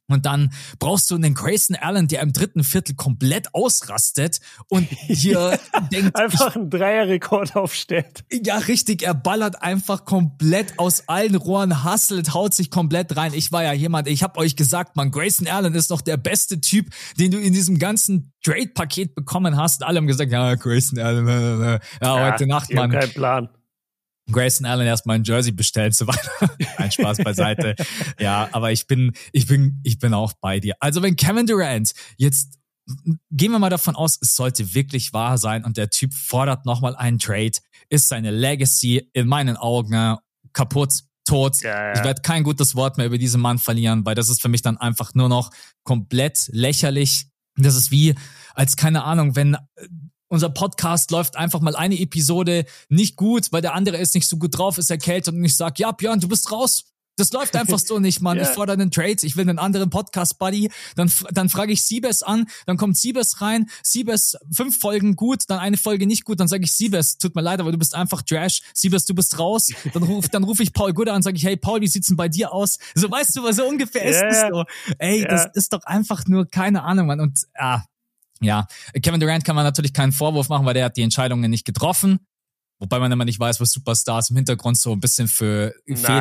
Und dann brauchst du einen Grayson Allen, der im dritten Viertel komplett ausrastet und hier denkt... Einfach einen Dreierrekord aufstellt. Ja, richtig. Er ballert einfach komplett aus allen Rohren, hustelt, haut sich komplett rein. Ich war ja jemand, ich habe euch gesagt, man, Grayson Allen ist doch der beste Typ, den du in diesem ganzen Trade-Paket bekommen hast. Und alle haben gesagt, ja, Grayson Allen, ja, heute Nacht, Mann. Kein Plan. Grayson Allen erstmal ein Jersey bestellen, so weiter. Ein Spaß beiseite. Ja, aber ich bin auch bei dir. Also wenn Kevin Durant jetzt, gehen wir mal davon aus, es sollte wirklich wahr sein und der Typ fordert nochmal einen Trade, ist seine Legacy in meinen Augen kaputt, tot. Ja. Ich werde kein gutes Wort mehr über diesen Mann verlieren, weil das ist für mich dann einfach nur noch komplett lächerlich. Das ist wie, als keine Ahnung, wenn unser Podcast läuft einfach mal eine Episode nicht gut, weil der andere ist nicht so gut drauf, ist erkältet und ich sag, ja Björn, du bist raus. Das läuft einfach so nicht, Mann. Yeah. Ich fordere einen Trade, ich will einen anderen Podcast-Buddy. Dann frage ich Siebes an, dann kommt Siebes rein. Siebes 5 Folgen gut, dann eine Folge nicht gut. Dann sage ich Siebes, tut mir leid, aber du bist einfach Trash. Siebes, du bist raus. Dann ruf ich Paul Guder an und sage ich, hey Paul, wie sieht's denn bei dir aus? So, weißt du, was so ungefähr ist das so. Ey, das ist doch einfach nur keine Ahnung, Mann. Und ja, Kevin Durant kann man natürlich keinen Vorwurf machen, weil der hat die Entscheidungen nicht getroffen. Wobei man immer nicht weiß, was Superstars im Hintergrund so ein bisschen für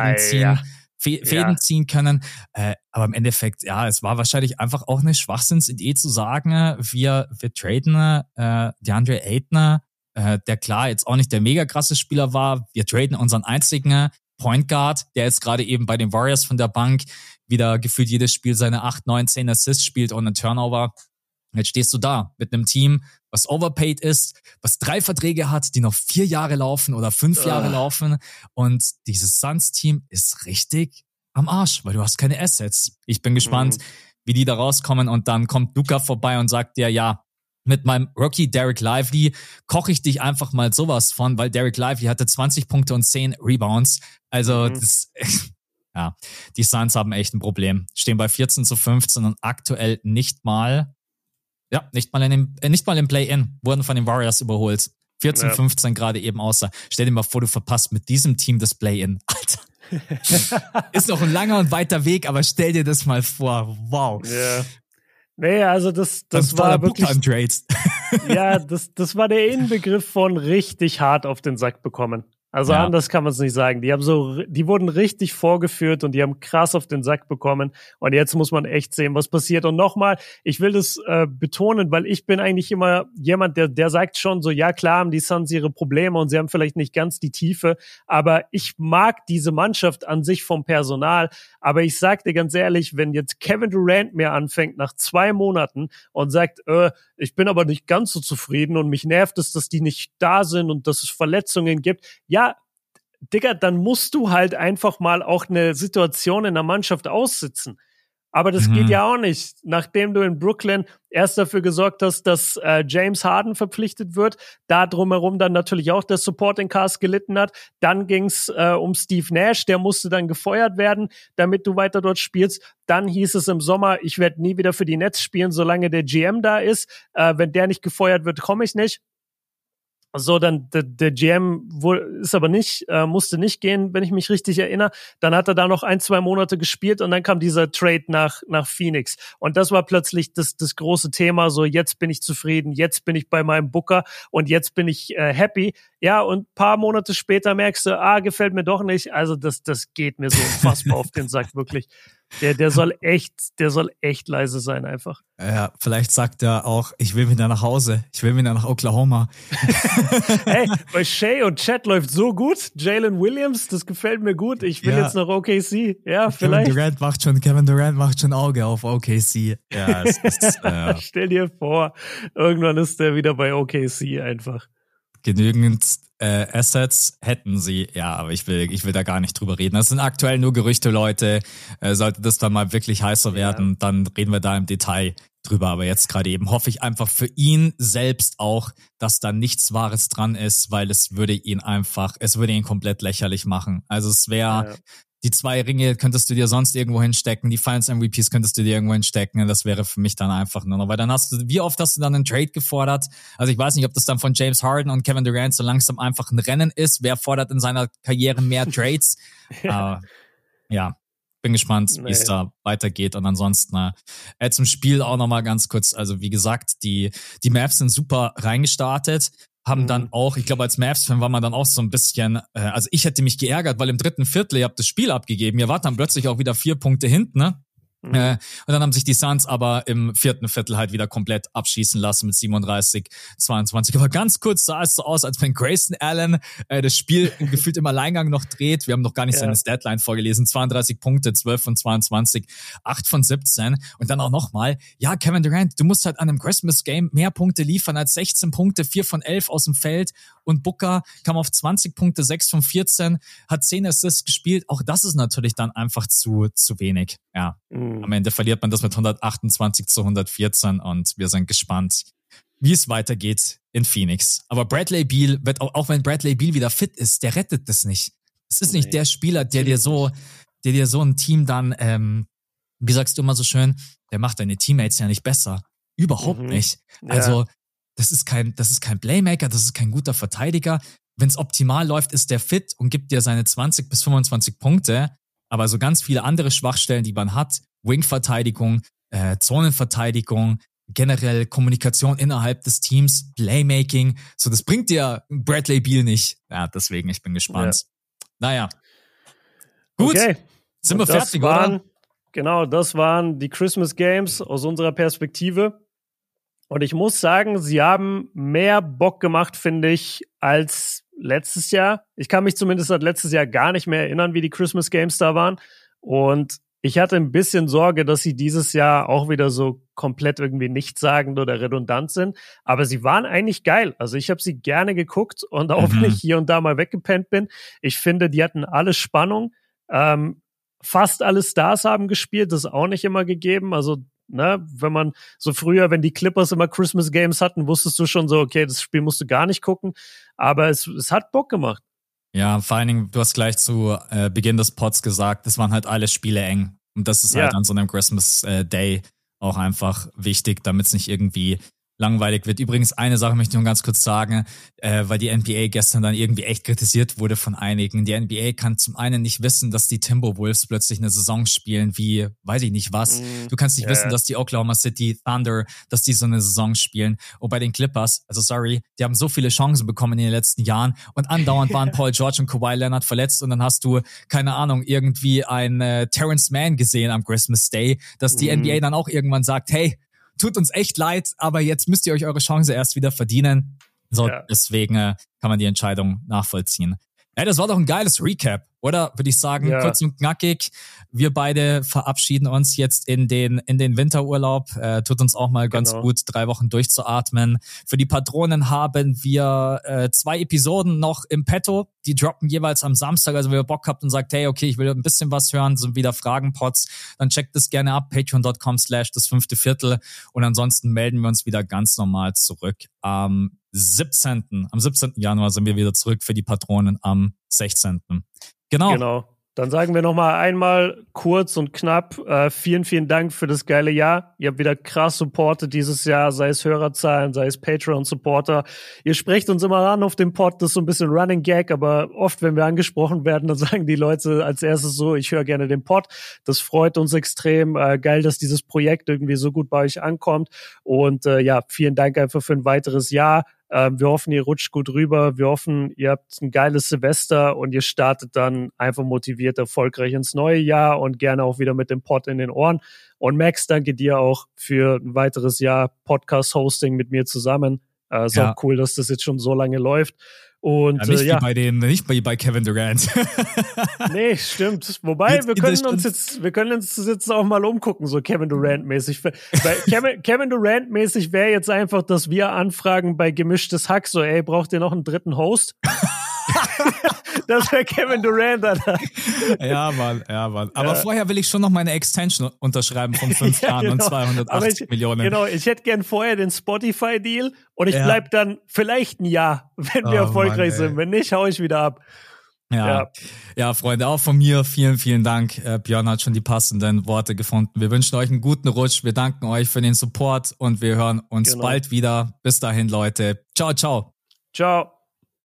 Fäden ziehen können. Aber im Endeffekt, ja, es war wahrscheinlich einfach auch eine Schwachsinnsidee zu sagen, wir traden DeAndre Ayton, der klar jetzt auch nicht der mega krasse Spieler war. Wir traden unseren einzigen Point Guard, der jetzt gerade eben bei den Warriors von der Bank wieder gefühlt jedes Spiel seine 8, 9, 10 Assists spielt ohne Turnover. Jetzt stehst du da mit einem Team, was overpaid ist, was 3 Verträge hat, die noch 4 Jahre laufen oder 5 Jahre laufen. Und dieses Suns-Team ist richtig am Arsch, weil du hast keine Assets. Ich bin gespannt, wie die da rauskommen. Und dann kommt Luka vorbei und sagt dir, ja, mit meinem Rookie Derek Lively koche ich dich einfach mal sowas von, weil Derek Lively hatte 20 Punkte und 10 Rebounds. Also das... Ja, die Suns haben echt ein Problem. Stehen bei 14-15 und aktuell nicht mal im Play-In, wurden von den Warriors überholt. 14-15 gerade eben außer. Stell dir mal vor, du verpasst mit diesem Team das Play-In. Alter. Ist noch ein langer und weiter Weg, aber stell dir das mal vor. Wow. Ja. Nee, also das war wirklich... Ja, das war der Inbegriff von richtig hart auf den Sack bekommen. Also anders kann man es nicht sagen. Die wurden richtig vorgeführt und die haben krass auf den Sack bekommen. Und jetzt muss man echt sehen, was passiert. Und nochmal, ich will das betonen, weil ich bin eigentlich immer jemand, der sagt schon so, ja klar haben die Suns ihre Probleme und sie haben vielleicht nicht ganz die Tiefe, aber ich mag diese Mannschaft an sich vom Personal. Aber ich sag dir ganz ehrlich, wenn jetzt Kevin Durant mir anfängt nach 2 Monaten und sagt, ich bin aber nicht ganz so zufrieden und mich nervt es, dass die nicht da sind und dass es Verletzungen gibt. Ja, Digga, dann musst du halt einfach mal auch eine Situation in der Mannschaft aussitzen. Aber das geht ja auch nicht. Nachdem du in Brooklyn erst dafür gesorgt hast, dass James Harden verpflichtet wird, da drumherum dann natürlich auch der Supporting Cast gelitten hat. Dann ging's um Steve Nash, der musste dann gefeuert werden, damit du weiter dort spielst. Dann hieß es im Sommer, ich werde nie wieder für die Nets spielen, solange der GM da ist. Wenn der nicht gefeuert wird, komme ich nicht. So, dann der GM musste nicht gehen, wenn ich mich richtig erinnere. Dann hat er da noch 1, 2 Monate gespielt und dann kam dieser Trade nach Phoenix. Und das war plötzlich das große Thema, so jetzt bin ich zufrieden, jetzt bin ich bei meinem Booker und jetzt bin ich happy. Ja, und ein paar Monate später merkst du, gefällt mir doch nicht. Also das geht mir so unfassbar auf den Sack, wirklich. Der soll echt leise sein einfach. Ja, vielleicht sagt er auch, ich will wieder nach Hause. Ich will wieder nach Oklahoma. Hey, bei Shea und Chet läuft so gut. Jalen Williams, das gefällt mir gut. Ich will jetzt nach OKC. Ja, vielleicht. Kevin Durant macht schon Auge auf OKC. Ja, es ist, Stell dir vor, irgendwann ist der wieder bei OKC einfach. Genügend Assets hätten sie, ja, aber ich will da gar nicht drüber reden. Das sind aktuell nur Gerüchte, Leute. Sollte das dann mal wirklich heißer werden, dann reden wir da im Detail drüber. Aber jetzt gerade eben hoffe ich einfach für ihn selbst auch, dass da nichts Wahres dran ist, weil es würde ihn komplett lächerlich machen. Also es wäre... Die 2 Ringe könntest du dir sonst irgendwo hinstecken, die Finals-MVPs könntest du dir irgendwo hinstecken, das wäre für mich dann einfach nur noch, weil dann wie oft hast du dann einen Trade gefordert? Also ich weiß nicht, ob das dann von James Harden und Kevin Durant so langsam einfach ein Rennen ist, wer fordert in seiner Karriere mehr Trades? Ja. bin gespannt, wie es da weitergeht. Und ansonsten zum Spiel auch nochmal ganz kurz. Also wie gesagt, die Mavs sind super reingestartet, haben dann auch, ich glaube als Mavs-Fan war man dann auch so ein bisschen, also ich hätte mich geärgert, weil im dritten Viertel, ihr habt das Spiel abgegeben, ihr wart dann plötzlich auch wieder 4 Punkte hinten, ne? Und dann haben sich die Suns aber im vierten Viertel halt wieder komplett abschießen lassen mit 37-22. Aber ganz kurz sah es so aus, als wenn Grayson Allen das Spiel gefühlt im Alleingang noch dreht. Wir haben noch gar nicht seine Statline vorgelesen. 32 Punkte, 12 von 22, 8 von 17. Und dann auch nochmal, ja, Kevin Durant, du musst halt an einem Christmas-Game mehr Punkte liefern als 16 Punkte, 4 von 11 aus dem Feld. Und Booker kam auf 20 Punkte, 6 von 14, hat 10 Assists gespielt. Auch das ist natürlich dann einfach zu wenig. Ja. Am Ende verliert man das mit 128-114 und wir sind gespannt, wie es weitergeht in Phoenix. Aber Bradley Beal wird, auch wenn Bradley Beal wieder fit ist, der rettet das nicht. Es ist nicht der Spieler, der dir so ein Team dann, wie sagst du immer so schön, der macht deine Teammates ja nicht besser. Überhaupt nicht. Also, das ist kein Playmaker, das ist kein guter Verteidiger. Wenn es optimal läuft, ist der fit und gibt dir seine 20 bis 25 Punkte. Aber so ganz viele andere Schwachstellen, die man hat, Wing-Verteidigung, Zonenverteidigung, generell Kommunikation innerhalb des Teams, Playmaking, so das bringt dir Bradley Beal nicht. Ja, deswegen, ich bin gespannt. Ja. Naja. Gut, sind wir fertig, oder? Genau, das waren die Christmas Games aus unserer Perspektive. Und ich muss sagen, sie haben mehr Bock gemacht, finde ich, als letztes Jahr. Ich kann mich zumindest seit letztes Jahr gar nicht mehr erinnern, wie die Christmas Games da waren. Und ich hatte ein bisschen Sorge, dass sie dieses Jahr auch wieder so komplett irgendwie nichtssagend oder redundant sind. Aber sie waren eigentlich geil. Also ich habe sie gerne geguckt und auch wenn ich hier und da mal weggepennt bin. Ich finde, die hatten alle Spannung. Fast alle Stars haben gespielt, das ist auch nicht immer gegeben. Also ne, wenn man so früher, wenn die Clippers immer Christmas Games hatten, wusstest du schon so, okay, das Spiel musst du gar nicht gucken. Aber es hat Bock gemacht. Ja, vor allen Dingen, du hast gleich zu Beginn des Pods gesagt, es waren halt alle Spiele eng. Und das ist halt an so einem Christmas Day auch einfach wichtig, damit es nicht irgendwie langweilig wird. Übrigens, eine Sache möchte ich nur ganz kurz sagen, weil die NBA gestern dann irgendwie echt kritisiert wurde von einigen. Die NBA kann zum einen nicht wissen, dass die Timberwolves plötzlich eine Saison spielen wie, weiß ich nicht was. Du kannst nicht wissen, dass die Oklahoma City Thunder, dass die so eine Saison spielen. Und bei den Clippers, also sorry, die haben so viele Chancen bekommen in den letzten Jahren und andauernd waren Paul George und Kawhi Leonard verletzt und dann hast du, keine Ahnung, irgendwie ein Terrence Mann gesehen am Christmas Day, dass die NBA dann auch irgendwann sagt, hey, tut uns echt leid, aber jetzt müsst ihr euch eure Chance erst wieder verdienen. So, deswegen kann man die Entscheidung nachvollziehen. Ja, das war doch ein geiles Recap, oder? Würde ich sagen, kurz und knackig. Wir beide verabschieden uns jetzt in den Winterurlaub. Tut uns auch mal ganz gut, 3 Wochen durchzuatmen. Für die Patronen haben wir 2 Episoden noch im Petto. Die droppen jeweils am Samstag. Also wenn ihr Bock habt und sagt, hey, okay, ich will ein bisschen was hören, sind wieder Fragenpods, dann checkt das gerne ab. Patreon.com/das5. Und ansonsten melden wir uns wieder ganz normal zurück. Am 17. Januar sind wir wieder zurück für die Patronen am 16. Genau. Dann sagen wir nochmal einmal kurz und knapp, vielen, vielen Dank für das geile Jahr. Ihr habt wieder krass supportet dieses Jahr, sei es Hörerzahlen, sei es Patreon-Supporter. Ihr sprecht uns immer an auf dem Pod, das ist so ein bisschen Running Gag, aber oft, wenn wir angesprochen werden, dann sagen die Leute als erstes so, ich höre gerne den Pod. Das freut uns extrem. Geil, dass dieses Projekt irgendwie so gut bei euch ankommt. Und vielen Dank einfach für ein weiteres Jahr. Wir hoffen, ihr rutscht gut rüber. Wir hoffen, ihr habt ein geiles Silvester und ihr startet dann einfach motiviert, erfolgreich ins neue Jahr und gerne auch wieder mit dem Pod in den Ohren. Und Max, danke dir auch für ein weiteres Jahr Podcast-Hosting mit mir zusammen. Ist auch cool, dass das jetzt schon so lange läuft. Und nicht wie bei Kevin Durant. Nee, stimmt. Wobei, wir können uns jetzt auch mal umgucken, so Kevin Durant-mäßig. Kevin Durant-mäßig wäre jetzt einfach, dass wir anfragen bei Gemischtes Hack, so, ey, braucht ihr noch einen dritten Host? Das wäre Kevin Durant, Alter. Ja, Mann. Aber vorher will ich schon noch meine Extension unterschreiben von 5 Jahren und 280 Millionen. Genau, ich hätte gern vorher den Spotify-Deal und ich bleib dann vielleicht ein Jahr, wenn wir erfolgreich sind. Wenn nicht, hau ich wieder ab. Ja, Freunde, auch von mir vielen, vielen Dank. Björn hat schon die passenden Worte gefunden. Wir wünschen euch einen guten Rutsch. Wir danken euch für den Support und wir hören uns bald wieder. Bis dahin, Leute. Ciao, ciao. Ciao.